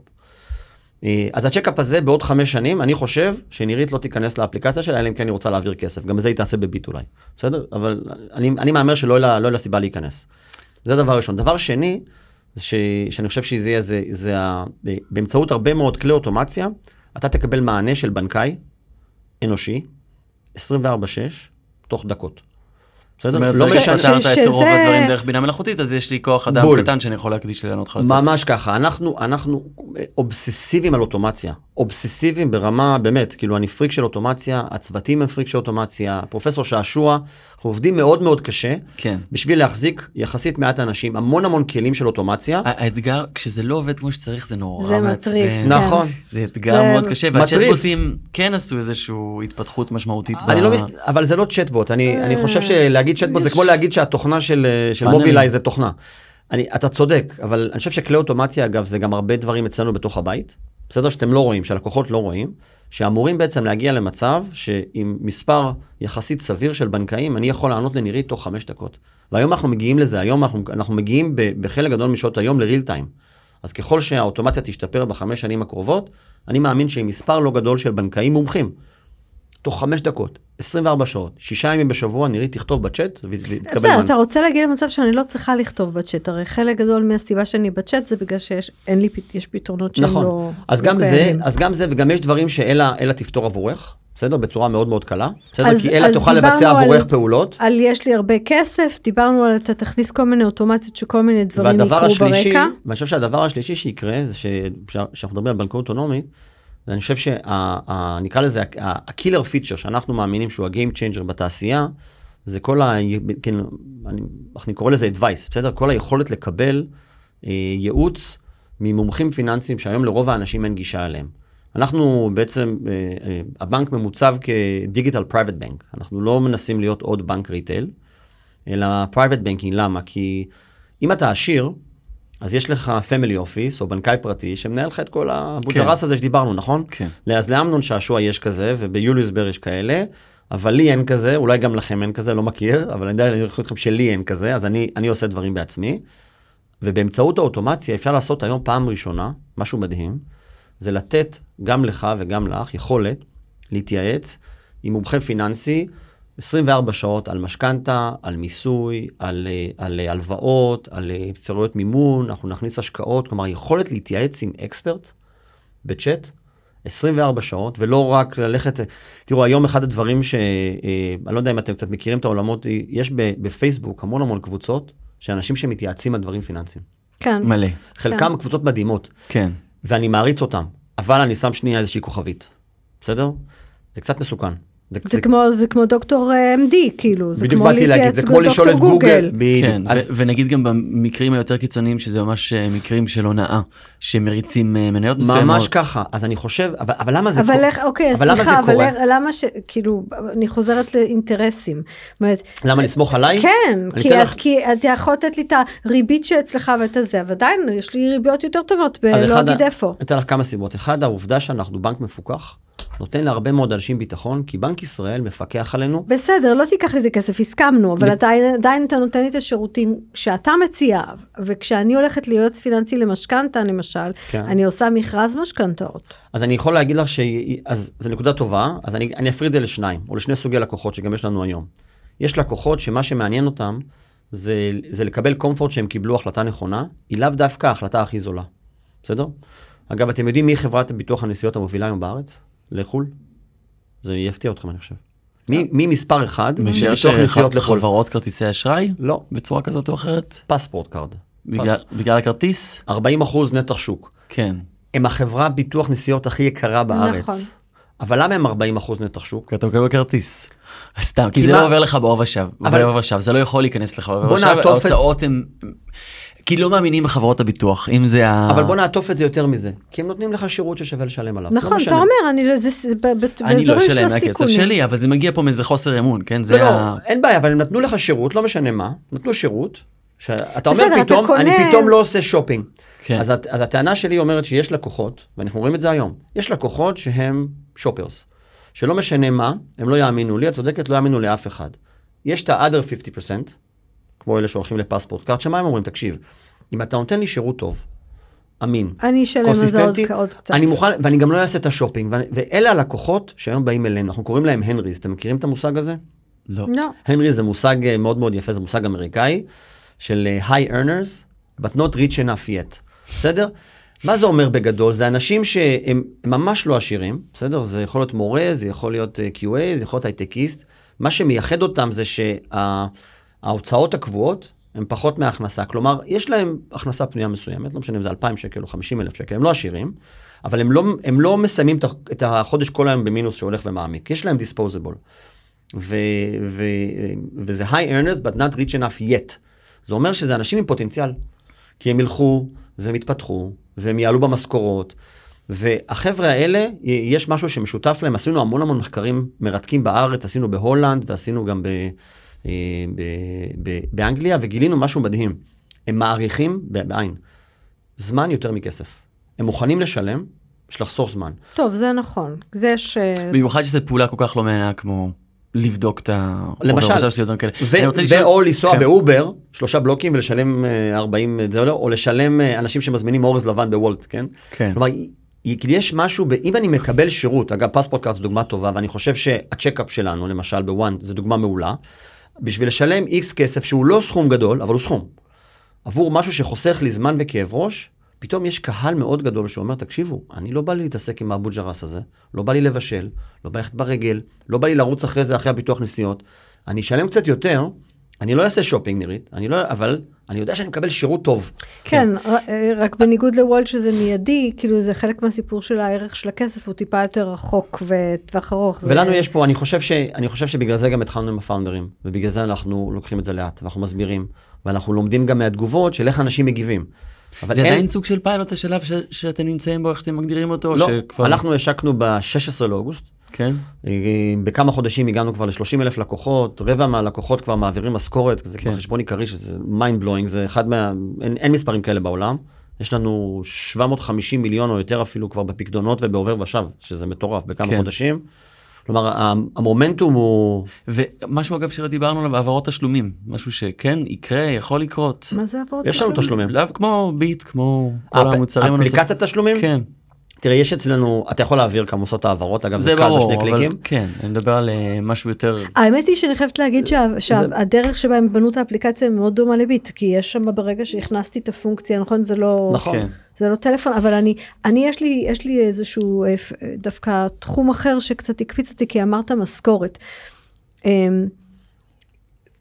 אז הצ'קאפ הזה בעוד 5 שנים, אני חושב שנירית לא תיכנס לאפליקציה שלה, אלא אם כן אני רוצה להעביר כסף. גם בזה היא תעשה בביט אולי. בסדר? אבל אני מאמר שלא יהיה לה סיבה להיכנס. זה דבר ראשון. דבר שני, שאני חושב שזה יהיה, באמצעות הרבה מאוד כלי אוטומציה, אתה תקבל מענה של בנקאי אנושי, 24/6, תוך דקות. זאת אומרת, לא משנה את רוב הדברים דרך בינה מלאכותית, אז יש לי כוח אדם קטן שאני יכול להקדיש לענות לך לתת. ממש ככה, אנחנו אובססיביים על אוטומציה, אובססיביים ברמה, באמת, כאילו אני פריק של אוטומציה, הצוותים הם פריק של אוטומציה, פרופסור שעשוע, אנחנו עובדים מאוד מאוד קשה, בשביל להחזיק יחסית מעט אנשים, המון כלים של אוטומציה. האתגר, כשזה לא עובד כמו שצריך, זה נורא זה מטריף. נכון. זה אתגר מאוד קשה, והצ'טבוטים כן עשו איזושהי התפתחות משמעותית. אבל זה לא צ'טבוט, אני חושב שלהגיד צ'טבוט זה כמו להגיד שהתוכנה של מובילאיי זה תוכנה. אתה צודק, אבל אני חושב שכלי אוטומציה, אגב, זה גם הרבה דברים אצלנו בתוך הבית, בסדר שאתם לא רואים, שהלקוחות לא רואים, שאמורים בעצם להגיע למצב שעם מספר יחסית סביר של בנקאים, אני יכול לענות לנירית תוך 5 דקות. והיום אנחנו מגיעים לזה, היום אנחנו מגיעים בחלק גדול משעות היום לריל טיים. אז ככל שהאוטומציה תשתפר ב5 שנים הקרובות, אני מאמין שעם מספר לא גדול של בנקאים מומחים, תוך 5 דקות, 24 שעות, 6 ימים בשבוע, נירית תכתוב בצ'אט ותקבל מענה. אתה רוצה להגיע למצב שאני לא צריכה לכתוב בצ'אט, הרי חלק גדול מהסיבה שאני בצ'אט זה בגלל שיש פתרונות שהם לא... אז גם זה וגם יש דברים שאלה תפתור עבורך, בסדר? בצורה מאוד מאוד קלה, בסדר? כי אלה תוכל לבצע עבורך פעולות. יש לי הרבה כסף, דיברנו על אתה תכניס כל מיני אוטומציות שכל מיני דברים יקרו ברקע. ואני חושב שהדבר השלישי שיקרה, זה שאנחנו מדברים על בנקאות אוטונומית, ואני חושב שנקרא לזה, הקילר פיצ'ר שאנחנו מאמינים שהוא הגיים צ'יינג'ר בתעשייה, זה כל אני קורא לזה advice, בסדר? כל היכולת לקבל ייעוץ ממומחים פיננסיים שהיום לרוב האנשים אין גישה אליהם. אנחנו בעצם, הבנק ממוצב כדיגיטל פרייבט בנק, אנחנו לא מנסים להיות עוד בנק ריטייל, אלא פרייבט בנקינג, למה? כי אם אתה עשיר, אז יש לך פמילי אופיס או בנקאי פרטי שמנהל לך את כל הבוג'רס הזה שדיברנו, נכון? כן. אז לאמנון שעשוע יש כזה וביוליוסבר יש כאלה, אבל לי אין כזה, אולי גם לכם אין כזה, לא מכיר, אבל אני יכול לכם שלי אין כזה, אז אני עושה דברים בעצמי, ובאמצעות האוטומציה אפשר לעשות היום פעם ראשונה, משהו מדהים, זה לתת גם לך וגם לך יכולת להתייעץ עם מומחה פיננסי 24 שעות על משכנתה, על מיסוי, על הלוואות, על אפשרויות מימון, אנחנו נכניס השקעות, כלומר יכולת להתייעץ עם אקספרט בצ'אט 24 שעות, ולא רק ללכת, תראו, היום אחד הדברים אני לא יודע אם אתם קצת מכירים את העולמות, יש בפייסבוק המון קבוצות, שאנשים שמתייעצים על דברים פיננסיים. כן. מלא. חלקם קבוצות מדהימות. כן. ואני מעריץ אותם, אבל אני שם שנייה איזושהי כוכבית. בסדר? זה קצת מסוכן. זה כמו דוקטור MD, כאילו, זה בדיוק כמו באתי להגיד, זה כמו לשאול את גוגל. כן, ונגיד גם במקרים היותר קיצוניים, שזה ממש מקרים של הונאה, שמריצים מניות מסוימות. ממש ככה, אז אני חושב, אבל למה זה אבל קורה? איך, אוקיי, סליחה, אבל למה כאילו, אני חוזרת לאינטרסים. למה לסמוך עליי? כן, כי אתה יכול לתת לי את הריבית שאצלך ואת הזה, אבל עדיין יש לי ריביות יותר טובות, לא אגיד איפה. אני אתן לך כמה סיבות. אחד, העובדה שאנחנו בנק מפוקח, נותן להרבה מאוד אנשים ביטחון, כי בנק ישראל מפקח עלינו. בסדר, לא תיקח לי את הכסף, הסכמנו, אבל עדיין אתה נותן לי את השירותים שאתה מציע, וכשאני הולכת ליועץ פיננסי למשכנתא, למשל, אני עושה מכרז משכנתאות. אז אני יכול להגיד לך אז זו נקודה טובה, אז אני אפריד את זה לשניים, או לשני סוגי לקוחות שגם יש לנו היום. יש לקוחות שמה שמעניין אותם, זה לקבל קומפורט שהם קיבלו החלטה נכונה, היא לאו דווקא ההחלטה הכי זולה. בסדר? אגב, אתם יודעים מי חברת ביטוח הנסיעות המובילה היום בארץ? לחול? זה יפתיע אתכם, אני חושב. מי מספר אחד? משאר חברות כרטיסי אשראי? לא. בצורה כזאת או אחרת? פספורט קארד. בגלל הכרטיס? 40% נתח שוק. כן. הם החברה ביטוח נסיעות הכי יקרה בארץ. נכון. אבל למה הם 40% נתח שוק? כי אתה מקבל כרטיס. סתם, כי זה לא עובר לך בעוב השב. זה לא יכול להיכנס לך בעוב השב. ההוצאות הן... כי לא מאמינים בחברות הביטוח, אם זה אבל בוא נעטוף את זה יותר מזה, כי הם נותנים לך שירות ששווה לשלם עליו. נכון, אתה אומר, אני לא אשלם מהכסף שלי, אבל זה מגיע פה מאיזה חוסר אמון, כן? לא, אין בעיה, אבל הם נתנו לך שירות, לא משנה מה, נתנו שירות, שאתה אומר פתאום, אני פתאום לא עושה שופינג. אז הטענה שלי אומרת שיש לקוחות, ואנחנו רואים את זה היום, יש לקוחות שהם שופרס, שלא משנה מה, הם לא יאמינו לי, את צודקת, לא יאמינו לאף אחד. יש את ה-other 50%, כמו אלה שהולכים לפספורט קארד, שמה הם אומרים, תקשיב, אם אתה נותן לי שירות טוב, אמין, אני אשלם על זה עוד קצת. אני מוכן, ואני גם לא אעשה את השופינג, ואלה הלקוחות שהיום באים אלינו, אנחנו קוראים להם הנריז, אתם מכירים את המושג הזה? לא. הנריז זה מושג מאוד מאוד יפה, זה מושג אמריקאי, של high earners, but not rich enough yet, בסדר? מה זה אומר בגדול? זה אנשים שהם ממש לא עשירים, בסדר? זה יכול להיות מורה, זה יכול להיות QA, זה יכול להיות הייטקיסט, מה שמייחד אותם זה ההוצאות הקבועות הן פחות מההכנסה, כלומר, יש להם הכנסה פנויה מסוימת, לא משנה אם זה 2,000 שקל או 50,000 שקל, הם לא עשירים, אבל הם לא מסיימים את החודש כל היום במינוס שהולך ומעמיק, יש להם disposable, וזה high earners, but not rich enough yet, זה אומר שזה אנשים עם פוטנציאל, כי הם ילכו והם יתפתחו, והם יעלו במשכורות, והחבר'ה האלה, יש משהו שמשותף להם, עשינו המון מחקרים מרתקים בארץ, עשינו בהולנד, ועשינו גם באנגליה, וגילינו משהו מדהים. הם מעריכים, בעין, זמן יותר מכסף. הם מוכנים לשלם, יש לחסוך זמן. טוב, זה נכון. במיוחד שזו פעולה כל כך לא מעניינה כמו לבדוק את למשל, או לנסוע באובר, 3 בלוקים ולשלם 40, או לשלם אנשים שמזמינים אורז לבן בוולט, כן? כן. כלומר, יש משהו, אם אני מקבל שירות, אגב, פספורט קארד זו דוגמה טובה, ואני חושב שהצ'קאפ שלנו, למשל בוואן, זו דוגמה מעולה, בשביל לשלם X כסף שהוא לא סכום גדול, אבל הוא סכום. עבור משהו שחוסך לי זמן וכאב ראש, פתאום יש קהל מאוד גדול שאומר, תקשיבו, אני לא בא לי להתעסק עם האבו ג'רס הזה, לא בא לי לבשל, לא בא ללכת ברגל, לא בא לי לרוץ אחרי זה, אחרי הביטוח נסיעות, אני אשלם קצת יותר, אני לא אעשה שופינג נירית, אבל אני יודע שאני מקבל שירות טוב. כן, רק בניגוד לוולט שזה מיידי, כאילו זה חלק מהסיפור של הערך של הכסף, הוא טיפה יותר רחוק וטווח ארוך. ולנו יש פה, אני חושב שבגלל זה גם התחלנו עם הפאונדרים, ובגלל זה אנחנו לוקחים את זה לאט, ואנחנו מסבירים, ואנחנו לומדים גם מהתגובות של איך אנשים מגיבים. זה עדיין סוג של פיילוט השלב שאתם נמצאים בו, איך אתם מגדירים אותו? לא, אנחנו השקנו ב-16 לאוגוסט. כן. בכמה חודשים הגענו כבר ל-30,000 לקוחות, רבע מהלקוחות כבר מעבירים משכורת, זה כבר חשבון עיקרי שזה mind blowing, זה אחד אין מספרים כאלה בעולם. יש לנו 750 מיליון או יותר אפילו כבר בפקדונות ובעובר ושב, שזה מטורף בכמה חודשים. כלומר, המומנטום הוא... ומשהו אגב שלא דיברנו עליו, העברות תשלומים. משהו שכן, יקרה, יכול לקרות. מה זה העברות תשלומים? יש לנו תשלומים. כמו ביט, כמו כל המוצרים הנוספים. אפליקציית תשלומים? כן. תראה, יש אצלנו, אתה יכול להעביר כמה עושות העברות, אגב, זה ברור, אבל כן, אני מדבר על משהו יותר... האמת היא שאני חייבת להגיד שהדרך שבה הם בנו את האפליקציה מאוד דומה לביט, כי יש שם ברגע שהכנסתי את הפונקציה, נכון? זה לא טלפון, אבל יש לי איזשהו דווקא תחום אחר שקצת הקפיץ אותי, כי אמרת משכורת.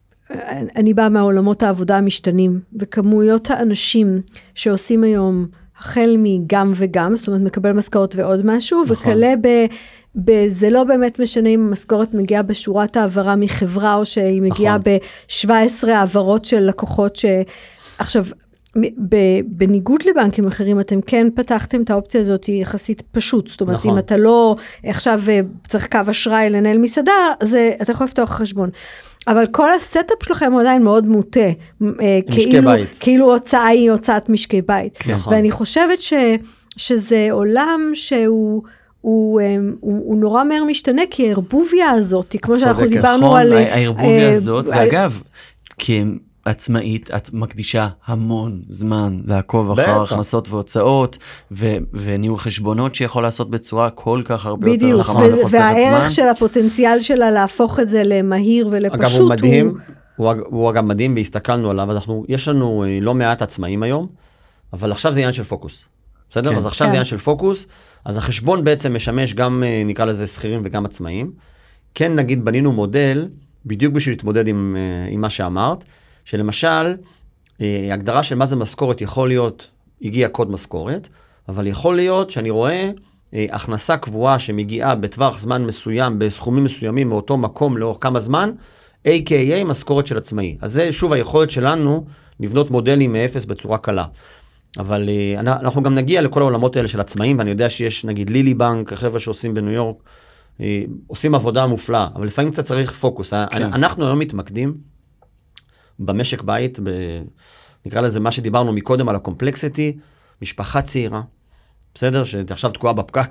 אני באה מהעולמות העבודה המשתנים, וכמויות האנשים שעושים היום החל מגם וגם, זאת אומרת מקבל משכורת ועוד משהו, וכלה זה לא באמת משנה אם המשכורת מגיעה בשורת העברה מחברה, או שהיא מגיעה ב-17 העברות של לקוחות עכשיו, בניגוד לבנקים אחרים, אתם כן פתחתם את האופציה הזאת יחסית פשוט, זאת אומרת, אם אתה לא עכשיו צריך קו אשראי לנהל מסעדה, אתה יכול לפתוח חשבון. אבל כל הסטאפ שלכם הוא עדיין מאוד מוטה, כאילו הוצאה היא הוצאת משקי בית. ואני חושבת שזה עולם הוא נורא מהר משתנה, כי הערבוביה הזאת, כמו שאנחנו דיברנו על... הערבוביה הזאת, ואגב, עצמאית, את מקדישה המון זמן לעקוב אחר הכנסות והוצאות, וניהול חשבונות שיכול לעשות בצורה כל כך הרבה יותר חכמה וחוסכת זמן. והערך של הפוטנציאל שלה להפוך את זה למהיר ולפשוט. אגב, הוא מדהים, הוא אגב מדהים, והסתכלנו עליו, יש לנו לא מעט עצמאים היום, אבל עכשיו זה עניין של פוקוס. בסדר? אז עכשיו זה עניין של פוקוס, אז החשבון בעצם משמש גם, נקרא לזה שכירים וגם עצמאים. כן, נגיד, בנינו מודל, בדיוק בשביל להתמודד עם מה שאמרת, שלמשל, הגדרה של מה זה משכורת יכול להיות, הגיע קוד משכורת, אבל יכול להיות שאני רואה הכנסה קבועה שמגיעה בטווח זמן מסוים, בסכומים מסוימים מאותו מקום לאורך כמה זמן, a.k.a. משכורת של עצמאי. אז זה שוב היכולת שלנו לבנות מודלים מאפס בצורה קלה. אבל אנחנו גם נגיע לכל העולמות האלה של עצמאים, ואני יודע שיש נגיד לילי בנק, החבר'ה שעושים בניו יורק, עושים עבודה מופלאה, אבל לפעמים קצת צריך פוקוס. אנחנו היום מתמקדים במשק בית, נקרא לזה מה שדיברנו מקודם על הקומפלקסיטי, משפחה צעירה, בסדר? שעכשיו תקועה בפקק,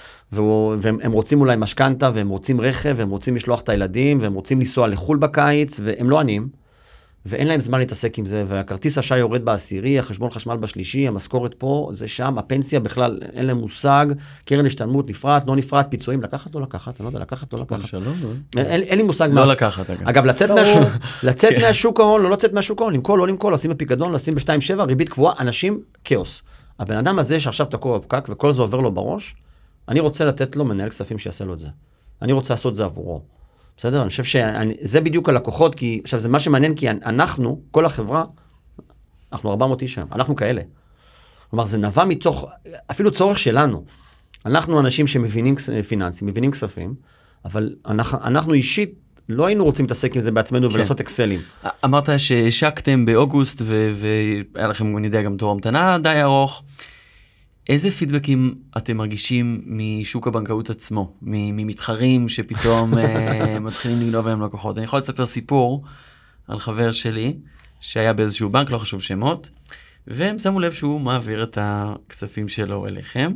והם רוצים אולי משכנתה, והם רוצים רכב, והם רוצים לשלוח את הילדים, והם רוצים לנסוע לחול בקיץ, והם לא עניים, ואין להם זמן להתעסק עם זה, והכרטיס השי יורד בעשירי, החשבון חשמל בשלישי, המשכורת פה, זה שם, הפנסיה בכלל, אין להם מושג, קרן השתלמות, נפרט, לא נפרט, פיצויים, לקחת, לא לקחת, אני לא יודע, לקחת, לא לקחת. אין לי מושג לא לקחת, אגב, לצאת מהשוק ההון, לא לצאת מהשוק ההון, למכור, לא למכור, לשים בפיקדון, לשים ב-2.7, ריבית קבועה, אנשים, כאוס. הבן אדם הזה שעכשיו תקוע בפקק, וכל זה עובר לו בראש, אני רוצה לתת לו מנהל כספים שיעשה לו את זה. אני רוצה לעשות זה עבורו. בסדר? אני חושב שזה בדיוק הלקוחות, כי עכשיו זה מה שמעניין, כי אנחנו, כל החברה, אנחנו 400 איש היום, אנחנו כאלה. כלומר, זה נבע מתוך, אפילו צורך שלנו. אנחנו אנשים שמבינים פיננסים, מבינים כספים, אבל אנחנו אישית לא היינו רוצים להתעסק עם זה בעצמנו ולעשות אקסלים. אמרת שהשקתם באוגוסט, והיה לכם, אני יודע, גם תור המתנה די ארוך. איזה פידבקים אתם מרגישים משוק הבנקאות עצמו, ממתחרים שפתאום מתחילים לגנוב להם לקוחות? אני יכול לספר סיפור על חבר שלי, שהיה באיזשהו בנק, לא חשוב שמות, והם שמו לב שהוא מעביר את הכספים שלו אליכם,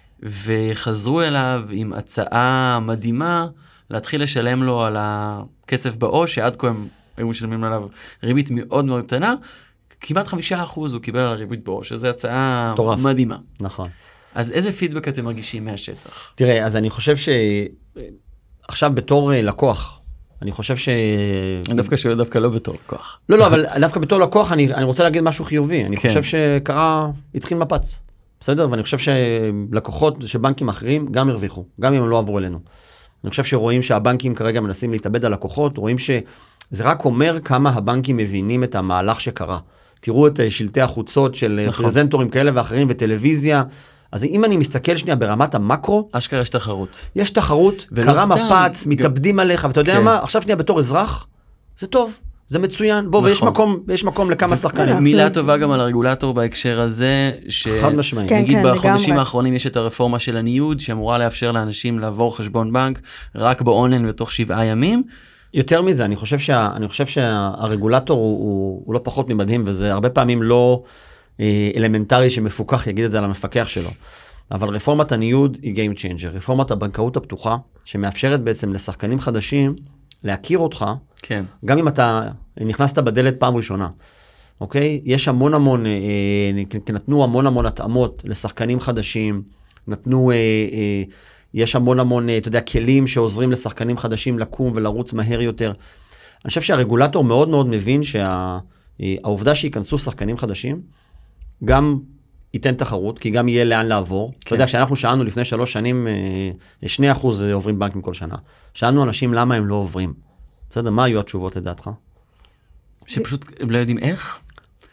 וחזרו אליו עם הצעה מדהימה, להתחיל לשלם לו על הכסף בעו"ש, שעד כה הם היו משלמים עליו ריבית מאוד מאוד קטנה, כמעט 5% הוא קיבל על הריבית בעו"ש, שזו הצעה מדהימה. נכון. אז איזה פידבק אתם מרגישים מהשטח? תראה, אז אני חושב שעכשיו בתור לקוח, אני חושב דווקא לא בתור לקוח. לא, אבל דווקא בתור לקוח אני רוצה להגיד משהו חיובי. אני חושב התחיל מפץ. בסדר? ואני חושב שלקוחות שבנקים אחרים גם הרוויחו, גם אם הם לא עברו אלינו. אני חושב שרואים שהבנקים כרגע מנסים להתאבד על לקוחות, רואים שזה רק אומר כמה הבנקים מבינים את המהלך שקרה. תראו את שלטי החוצות של פרזנטורים כאלה ואחרים וטלוויזיה. אז אם אני מסתכל שנייה ברמת המקרו, אשכרה יש תחרות. יש תחרות, קרה מפץ, מתאבדים עליך, ואתה יודע מה, עכשיו שנייה בתור אזרח, זה טוב, זה מצוין. בוא, ויש מקום לכמה שחקנים. מילה טובה גם על הרגולטור בהקשר הזה, חד משמעית. נגיד בחודשים האחרונים יש את הרפורמה של הניוד, שאמורה לאפשר לאנשים לעבור חשבון בנק רק באונליין בתוך 7 ימים. יותר מזה, אני חושב שהרגולטור הוא לא פחות ממדהים, וזה הרבה פעמים לא אלמנטרי שמפוקח יגיד את זה על המפקח שלו. אבל רפורמת הניוד היא Game Changer. רפורמת הבנקאות הפתוחה, שמאפשרת בעצם לשחקנים חדשים להכיר אותך, כן. גם אם אתה נכנסת בדלת פעם ראשונה. אוקיי? יש המון, נתנו המון התאמות לשחקנים חדשים, יש המון, אתה יודע, כלים שעוזרים לשחקנים חדשים לקום ולרוץ מהר יותר. אני חושב שהרגולטור מאוד מאוד מבין שהעובדה שיכנסו שחקנים חדשים, גם ייתן תחרות, כי גם יהיה לאן לעבור. אתה יודע, כשאנחנו שאלנו לפני 3 שנים, 2% עוברים בנקים כל שנה. שאלנו אנשים למה הם לא עוברים. בסדר, מה היו התשובות לדעתך? שפשוט הם לא יודעים איך?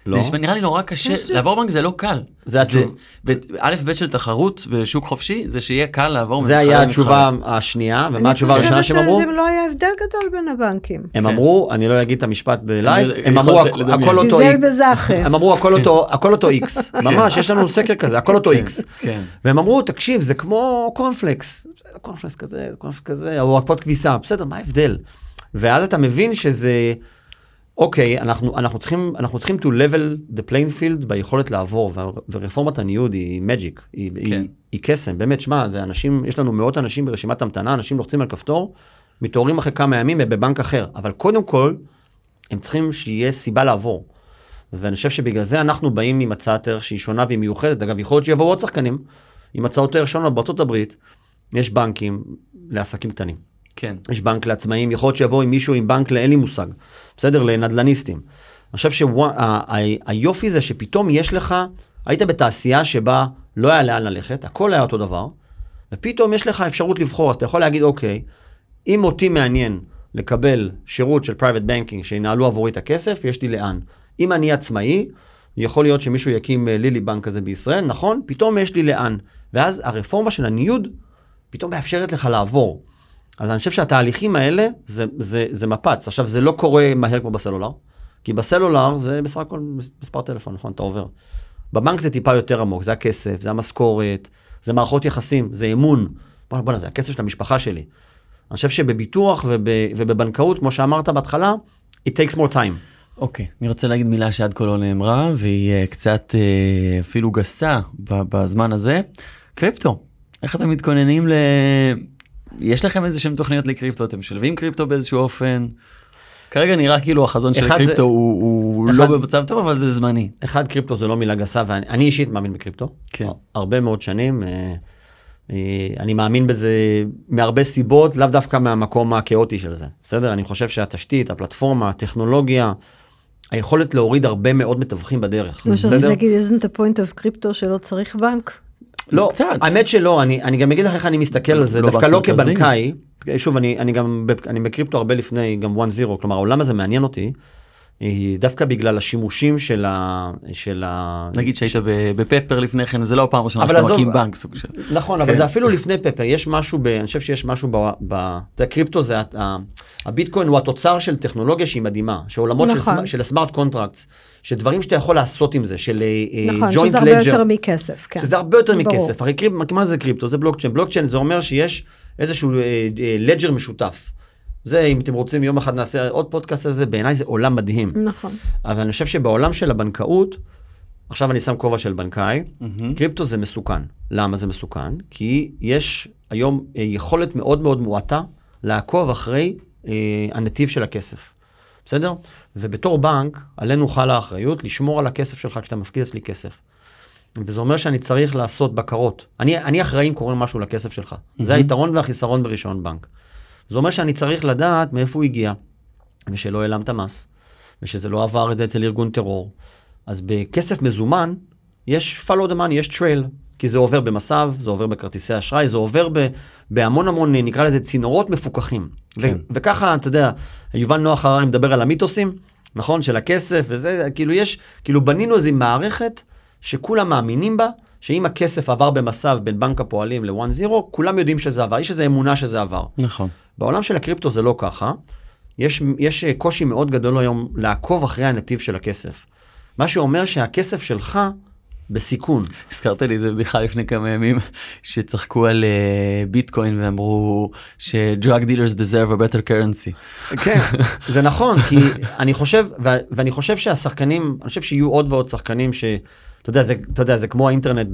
לא. נראה לי נורא קשה, לעבור בנק זה לא קל. זה התשובה. א' ב' של תחרות בשוק חופשי, זה שיהיה קל לעבור. זה היה התשובה השנייה, ומה התשובה הראשונה שהם אמרו? אני חושבת שלא היה הבדל גדול בין הבנקים. הם אמרו, אני לא אגיד את המשפט בלייב, הם אמרו הכל אותו דיזל בזאחם. הם אמרו הכל אותו איקס, ממש, יש לנו סקר כזה, הכל אותו איקס. והם אמרו, תקשיב, זה כמו קורנפלקס, קורנפלקס כזה, או עקפות כביסה, בסדר, מה ההבדל? ואז אתה מבין שזה, אוקיי, אנחנו צריכים to level the playing field ביכולת לעבור, ורפורמת הניוד היא מג'יק, היא קסם, באמת, שמה, זה אנשים, יש לנו מאות אנשים ברשימת המתנה, אנשים לוחצים על כפתור, מתעוררים אחרי כמה ימים בבנק אחר, אבל קודם כל, הם צריכים שיהיה סיבה לעבור. ואני חושב שבגלל זה אנחנו באים עם הצעת ערך שהיא שונה והיא מיוחדת, אגב, יכול להיות שיבואו עוד שחקנים, עם הצעות ערך שונות בארצות הברית, יש בנקים לעסקים קטנים. כן. יש בנק לעצמאים, יכול להיות שיבוא עם מישהו עם בנק לאין לי מושג, בסדר? לנדלניסטים. אני חושב שהיופי זה שפתאום יש לך, היית בתעשייה שבה לא היה לאן ללכת, הכל היה אותו דבר, ופתאום יש לך אפשרות לבחור, אז אתה יכול להגיד, אוקיי, אם אותי מעניין לקבל שירות של private banking, שינהלו עבורי את הכסף, יש לי לאן. אם אני עצמאי, יכול להיות שמישהו יקים לילי בנק כזה בישראל, נכון? פתאום יש לי לאן. ואז הרפורמה של הניוד, פתאום מאפשרת לך לעבור. אז אני חושב שהתהליכים האלה, זה מפץ. עכשיו, זה לא קורה מהר כמו בסלולר, כי בסלולר זה בסך הכל מספר טלפון, נכון? אתה עובר. בבנק זה טיפה יותר עמוק, זה הכסף, זה המשכורת, זה מערכות יחסים, זה אמון. בוא'נה, זה הכסף של המשפחה שלי. אני חושב שבביטוח ובבנקאות, כמו שאמרת בהתחלה, it takes more time. אוקיי, אני רוצה להגיד מילה שעד כה לא נאמרה, והיא קצת אפילו גסה בזמן הזה. קריפטו, איך אתם מתכוננים יש לכם איזה שהם תוכניות לקריפטו, אתם משלבים קריפטו באיזשהו אופן? כרגע נראה כאילו החזון של קריפטו הוא לא במצב טוב, אבל זה זמני. אחד, קריפטו זה לא מילה גסה, ואני אישית מאמין בקריפטו. כן. הרבה מאוד שנים. אני מאמין בזה מהרבה סיבות, לאו דווקא מהמקום הכאוטי של זה. בסדר? אני חושב שהתשתית, הפלטפורמה, הטכנולוגיה, היכולת להוריד הרבה מאוד מתווכים בדרך. מה שרציתי להגיד, isn't the point of קריפטו שלא צריך בנק? לא, האמת שלא, אני גם אגיד לך איך אני מסתכל על זה, דווקא לא כבנקאי, שוב, אני בקריפטו הרבה לפני, גם 1-0, כלומר, העולם הזה מעניין אותי, דווקא בגלל השימושים של ה... נגיד שהיית בפפר לפני כן, זה לא הפעם ראשונה שאתה מקים בנק סוג של... נכון, אבל זה אפילו לפני פפר, יש משהו, אני חושב שיש משהו הקריפטו זה, הביטקוין הוא התוצר של טכנולוגיה שהיא מדהימה, שעולמות של הסמארט קונטרקטס, שדברים שאתה יכול לעשות עם זה, של נכון, ג'וינט שזה הרבה יותר מכסף, כן. שזה הרבה יותר מכסף, הרי מה זה קריפטו? זה בלוקצ'יין, בלוקצ'יין זה אומר שיש איזשהו לג'ר משותף. זה, אם אתם רוצים, יום אחד נעשה עוד פודקאסט על זה, בעיניי זה עולם מדהים. נכון. אבל אני חושב שבעולם של הבנקאות, עכשיו אני שם כובע של בנקאי, קריפטו זה מסוכן. למה זה מסוכן? כי יש היום יכולת מאוד מאוד מועטה לעקוב אחרי הנתיב של הכסף. בסדר? ובתור בנק, עלינו חלה האחריות לשמור על הכסף שלך כשאתה מפקיד אצלי כסף. וזה אומר שאני צריך לעשות בקרות. אני אחראי אם קורה משהו לכסף שלך. זה היתרון והחיסרון ברישיון בנק. זה אומר שאני צריך לדעת מאיפה הוא הגיע, ושלא העלם את המס, ושזה לא עבר את זה אצל ארגון טרור. אז בכסף מזומן, יש follow the money, יש trail, כי זה עובר במסב, זה עובר בכרטיסי אשראי, זה עובר בהמון המון, נקרא לזה צינורות מפוקחים. כן. וככה, אתה יודע, יובל נוח הררי מדבר על המיתוסים, נכון, של הכסף, וזה, כאילו בנינו איזו מערכת שכולם מאמינים בה, שאם הכסף עבר במסב בין בנק הפועלים ל-1-0, כולם יודעים שזה עבר, יש איזו אמונה שזה עבר. נכון. בעולם של הקריפטו זה לא ככה, יש קושי מאוד גדול היום לעקוב אחרי הנתיב של הכסף. מה שאומר שהכסף שלך בסיכון. הזכרת לי איזה בדיחה לפני כמה ימים, שצחקו על ביטקוין ואמרו ש-drug dealers deserve a better currency. כן, זה נכון, כי אני חושב, ואני חושב שהשחקנים, אני חושב שיהיו עוד ועוד שחקנים אתה יודע, זה כמו האינטרנט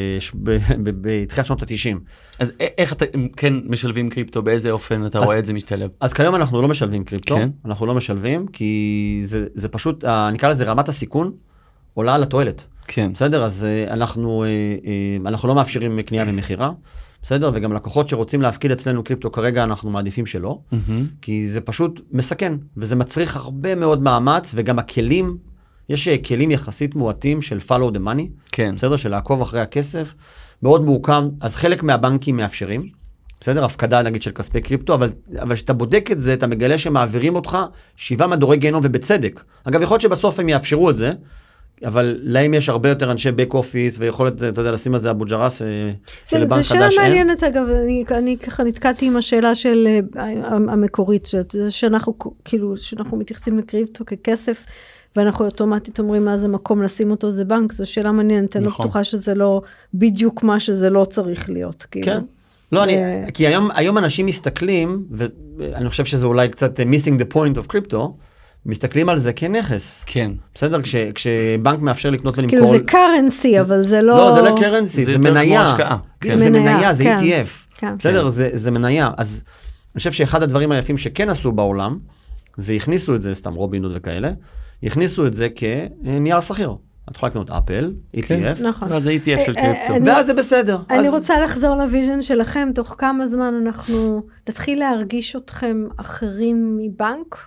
בתחילת שנות ה-90. אז איך אתם כן משלבים קריפטו? באיזה אופן אתה רואה את זה משתלב? אז כיום אנחנו לא משלבים קריפטו. כן? אנחנו לא משלבים, כי זה פשוט, נקרא לזה רמת הסיכון, עולה על התועלת. כן. בסדר? אז אנחנו לא מאפשרים קנייה ומחירה. בסדר? וגם לקוחות שרוצים להפקיד אצלנו קריפטו, כרגע אנחנו מעדיפים שלא. כי זה פשוט מסכן, וזה מצריך הרבה מאוד מאמץ, וגם הכלים, יש כלים יחסית מועטים של follow the money, כן. בסדר? של לעקוב אחרי הכסף, מאוד מורכב, אז חלק מהבנקים מאפשרים, בסדר? הפקדה נגיד של כספי קריפטו, אבל כשאתה בודק את זה, אתה מגלה שמעבירים אותך 7 מדורי גיהנום ובצדק. אגב, יכול להיות שבסוף הם יאפשרו את זה, אבל להם יש הרבה יותר אנשי בק אופיס, ויכולת, אתה יודע, לשים על זה אבו ג'רס, שלבנק חדש אין. זה שאלה מעניינת, אגב, אני ככה נתקעתי עם השאלה של המקורית, זה שאנחנו מתייחסים לקריפטו ככסף, ואנחנו אוטומטית אומרים מה זה מקום לשים אותו, זה בנק, זו שאלה מעניינת, אני לא בטוחה שזה לא בדיוק מה שזה לא צריך להיות. כן. לא, כי היום אנשים מסתכלים, ואני חושב שזה אולי קצת missing the point of crypto, מסתכלים על זה כנכס. כן. בסדר? כשבנק מאפשר לקנות ולמכור... כאילו זה currency, אבל זה לא... לא, זה לא currency, זה מניה. זה מניה, זה ETF. בסדר? זה מניה. אז אני חושב שאחד הדברים היפים שכן עשו בעולם, זה הכניסו את זה, סתם רובינות וכאלה, הכניסו את זה כנייר סחיר. את יכולה לקנות אפל, ETF. נכון. ואז ה-ETF של קריפטו. ואז זה בסדר. אני רוצה לחזור לוויז'ן שלכם, תוך כמה זמן אנחנו נתחיל להרגיש אתכם אחרים מבנק?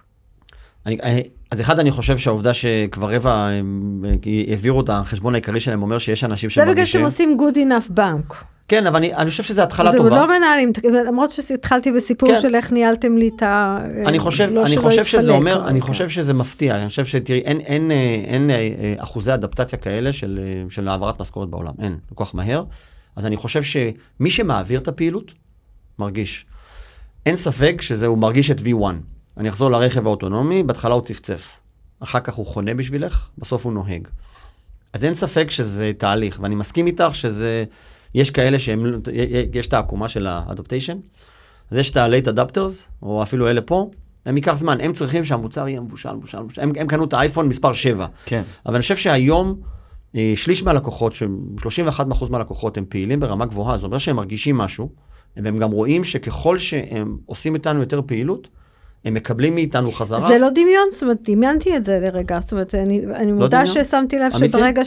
אז אחד, אני חושב שהעובדה שכבר רבע העבירו את החשבון העיקרי שלהם, אומר שיש אנשים שמרגישים... זה בגלל שאתם עושים good enough bank. כן, אבל אני חושב שזו התחלה טובה. לא מנהלים, למרות שהתחלתי בסיפור של איך ניהלתם לי את ה... אני חושב שזה אומר, אני חושב שזה מפתיע, אני חושב שתראי, אין אחוזי אדפטציה כאלה של העברת משכורת בעולם, אין, כל כך מהר. אז אני חושב שמי שמעביר את הפעילות, מרגיש. אין ספק שהוא מרגיש את V1. אני אחזור לרכב האוטונומי, בהתחלה הוא צפצף. אחר כך הוא חונה בשבילך, בסוף הוא נוהג. אז אין ספק שזה תהליך, ואני מסכים איתך שזה, יש כאלה יש את העקומה של האדפטיישן, אז יש את ה-late adapters, או אפילו אלה פה, הם ייקח זמן, הם צריכים שהמוצר יהיה מבושל. הם קנו את האייפון מספר 7. כן. אבל אני חושב שהיום, שליש מהלקוחות, 31% מהלקוחות הם פעילים ברמה גבוהה, זאת אומרת שהם מרגישים משהו, והם גם רואים שככל שהם עושים איתנו יותר פעילות, הם מקבלים מאיתנו חזרה. זה לא דמיון, זאת אומרת, דמיינתי את זה לרגע, זאת אומרת, אני מודע ששמתי לב שברגע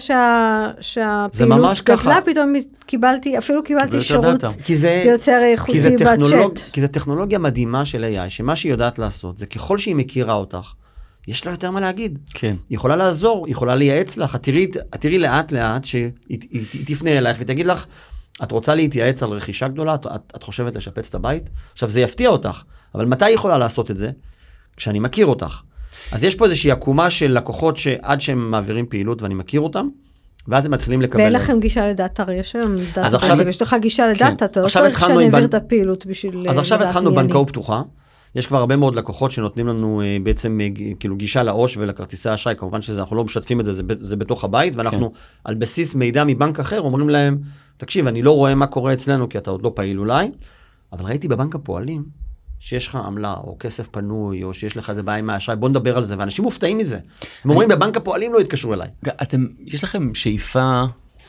שהפעילות גדלה, פתאום אפילו קיבלתי שירות יותר איכותי בצ'אט. כי זה טכנולוגיה מדהימה של AI, שמה שהיא יודעת לעשות, זה ככל שהיא מכירה אותך, יש לה יותר מה להגיד. כן. היא יכולה לעזור, היא יכולה לייעץ לך, תראי לאט לאט שהיא תפנה אלייך ותגיד לך, את רוצה להתייעץ על רכישה גדולה, את חושבת לשפץ את הבית? עכשיו, זה יפתיע אותך, אבל מתי היא יכולה לעשות את זה? כשאני מכיר אותך. אז יש פה איזושהי עקומה של לקוחות שעד שהם מעבירים פעילות ואני מכיר אותם, ואז הם מתחילים לקבל... ואין לכם גישה לדאטה, יש היום דאטה, יש לך גישה לדאטה, אתה לא צריך שאני אעביר את הפעילות בשביל... אז עכשיו התחלנו בנקאות פתוחה, יש כבר הרבה מאוד לקוחות שנותנים לנו בעצם כאילו גישה לעו"ש ולכרטיסי האשראי, כמובן שאנחנו לא משתפים את זה, זה בתוך הבית, ואנחנו על בסיס מידע מבנק אחר אומרים להם, תקשיב, אני לא רואה מה קורה אצלנו, כי אתה עוד לא פעיל אולי, אבל ראיתי בבנק הפועלים, שיש לך עמלה, או כסף פנוי, או שיש לך איזה בעיה עם האשראי, בוא נדבר על זה, ואנשים מופתעים מזה. הם אומרים, בבנק הפועלים לא התקשרו אליי. יש לכם שאיפה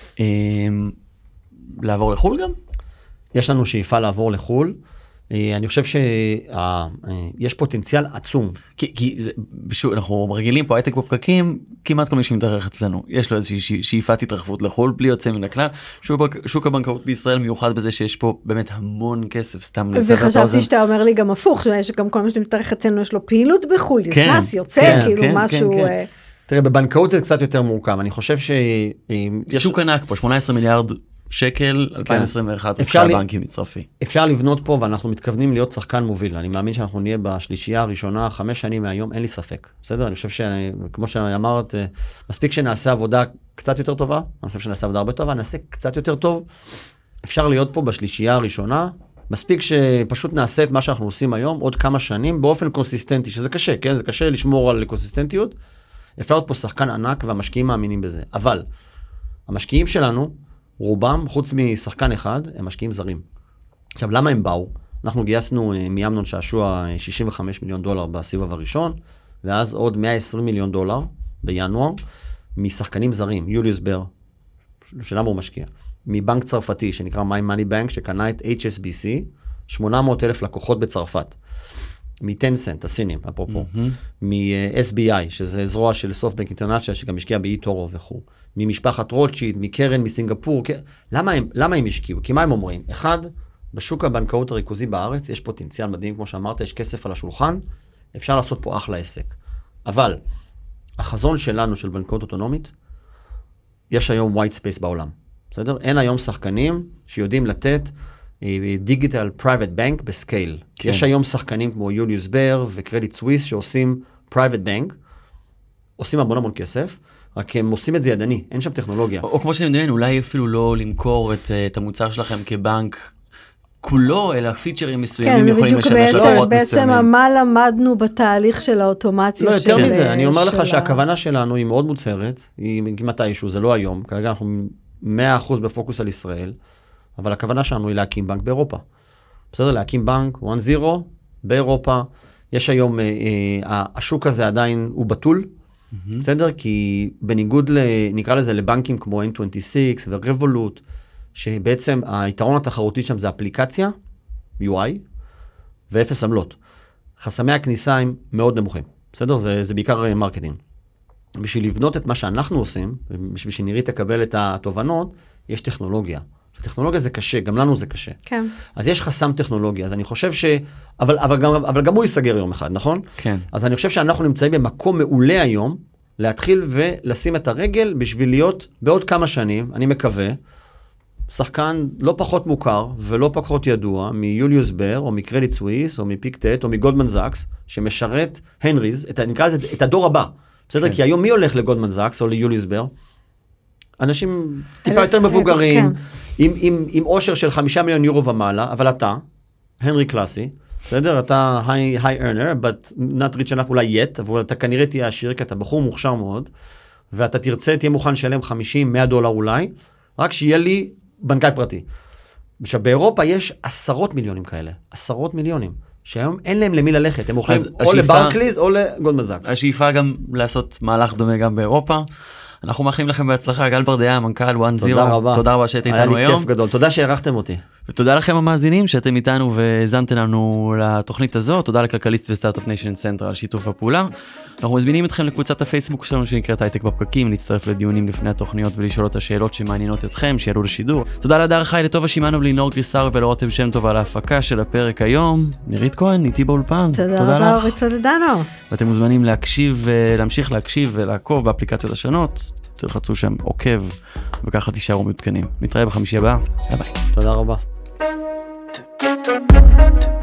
לעבור לחול גם? יש לנו שאיפה לעבור לחול. אני חושב שיש פוטנציאל עצום. כי אנחנו רגילים פה, הייטק בפקקים, כמעט כל מי שמתארח אצלנו. יש לו איזושהי שאיפת התרחבות לחול, בלי יוצא מן הכלל. שוק הבנקאות בישראל מיוחד בזה שיש פה באמת המון כסף, סתם לסבר את האוזן. וחשבתי שאתה אומר לי גם הפוך, שגם כל מי שמתארח אצלנו יש לו פעילות בחול, נכנס, יוצא, כאילו משהו... תראה, בבנקאות זה קצת יותר מורכב. אני חושב שוק ענק פה, 18 מיליארד שקל, 2021, אפשר בנקים מצרפי. אפשר לבנות פה, ואנחנו מתכוונים להיות שחקן מוביל. אני מאמין שאנחנו נהיה בשלישייה הראשונה, 5 שנים מהיום, אין לי ספק. בסדר? אני חושב שכמו שאמרת, מספיק שנעשה עבודה קצת יותר טובה, אני חושב שנעשה עבודה הרבה טובה, נעשה קצת יותר טוב. אפשר להיות פה בשלישייה הראשונה, מספיק שפשוט נעשה את מה שאנחנו עושים היום, עוד כמה שנים, באופן קונסיסטנטי, שזה קשה, כן? זה קשה לשמור על קונסיסטנטיות. אפשר להיות פה שחקן ענק, והמשקיעים מאמינים בזה. אבל המשקיעים שלנו, רובם, חוץ משחקן אחד, הם משקיעים זרים. עכשיו, למה הם באו? אנחנו גייסנו מאמנון שעשוע $65 מיליון בסבב הראשון, ואז עוד $120 מיליון בינואר, משחקנים זרים, יוליוס בר, שלמה הוא משקיע, מבנק צרפתי שנקרא My Money Bank, שקנה את HSBC, 800,000 לקוחות בצרפת, מטנסנט, הסינים, אפרופו, מ-SBI, שזה זרוע של סופטבנק אינטרנשיונל, שגם השקיע באי-טורו וכו', ממשפחת רוטשילד, מקרן, מסינגפור. למה הם השקיעו? כי מה הם אומרים? אחד, בשוק הבנקאות הריכוזי בארץ, יש פוטנציאל מדהים, כמו שאמרת, יש כסף על השולחן, אפשר לעשות פה אחלה עסק. אבל, החזון שלנו, של בנקאות אוטונומית, יש היום white space בעולם. בסדר? אין היום שחקנים שיודעים לתת דיגיטל פרייבט בנק בסקייל. כן. יש היום שחקנים כמו יוליוס בר וקרדיט סוויס שעושים פרייבט בנק, עושים המון כסף, רק הם עושים את זה ידני, אין שם טכנולוגיה. או כמו שאני מדמיין, אולי אפילו לא למכור את המוצר שלכם כבנק כולו, אלא פיצ'רים מסוימים יכולים לשמש לקוחות מסוימים. בעצם מה למדנו בתהליך של האוטומציה? לא, יותר מזה, אני אומר לך שהכוונה שלנו היא מאוד מוצהרת, היא מתישהו, זה לא היום, כרגע אנחנו 100% בפוקוס על ישראל, אבל הכוונה שלנו היא להקים בנק באירופה. בסדר, להקים בנק 1-0 באירופה, יש היום, השוק הזה עדיין הוא בטול, בסדר? כי בניגוד נקרא לזה לבנקים כמו N26 ו-Revolut, שבעצם היתרון התחרותי שם זה אפליקציה, UI, ואפס עמלות. חסמי הכניסה הם מאוד נמוכים, בסדר? זה בעיקר מרקטינג. בשביל לבנות את מה שאנחנו עושים, בשביל שנירית תקבל את התובנות, יש טכנולוגיה. טכנולוגיה זה קשה, גם לנו זה קשה. כן. אז יש חסם טכנולוגיה, אז אני חושב אבל גם הוא ייסגר יום אחד, נכון? כן. אז אני חושב שאנחנו נמצאים במקום מעולה היום, להתחיל ולשים את הרגל בשביל להיות בעוד כמה שנים, אני מקווה, שחקן לא פחות מוכר ולא פחות ידוע מיוליוס בר, או מקרדיט סוויס, או מפיקטט, או מגולדמן זאקס, שמשרת הנריז, נקרא לזה את הדור הבא. בסדר? כי היום מי הולך לגולדמן זאקס או ליוליוס בר? אנשים טיפה יותר מבוגרים, עם עושר של 5 מיליון יורו ומעלה, אבל אתה, הנרי קלאסי, בסדר? אתה high earner, but not rich enough אולי yet, אבל אתה כנראה תהיה עשיר, כי אתה בחור מוכשר מאוד, ואתה תהיה מוכן לשלם $50-100 אולי, רק שיהיה לי בנקאי פרטי. עכשיו, באירופה יש 10 מיליונים כאלה, 10 מיליונים, שהיום אין להם למי ללכת, הם מוכנים או לברקליז או לגולדמן זאקס. השאיפה גם לעשות מהלך דומה גם באירופה. אנחנו מאחלים לכם בהצלחה, גל ברדיה, מנכ"ל 1-0. תודה רבה שהיית איתנו היום. היה לי כיף גדול, תודה שהערכתם אותי. ותודה לכם המאזינים שאתם איתנו והזנתם לנו לתוכנית הזאת. תודה לכלכליסט וסטארט-אפ ניישן סנטר על שיתוף הפעולה. אנחנו מזמינים אתכם לקבוצת הפייסבוק שלנו שנקראת הייטק בפקקים, להצטרף לדיונים לפני התוכניות ולשאול את השאלות שמעניינות אתכם, שיעלו לשידור. תודה להדר חי, לטובה שימאנוב, לינור גריסר ולרותם שם טוב על ההפקה של הפרק היום. נירית כהן, איתי באולפן. תודה רבה, אורית טולדנו. ואתם מוזמנים להמשיך להקשיב ולעקוב באפליקציות השונות. תלחצו שם עוקב, וככה תישארו מעודכנים. נתראה בחמישי הבא. ביי ביי. תודה רבה.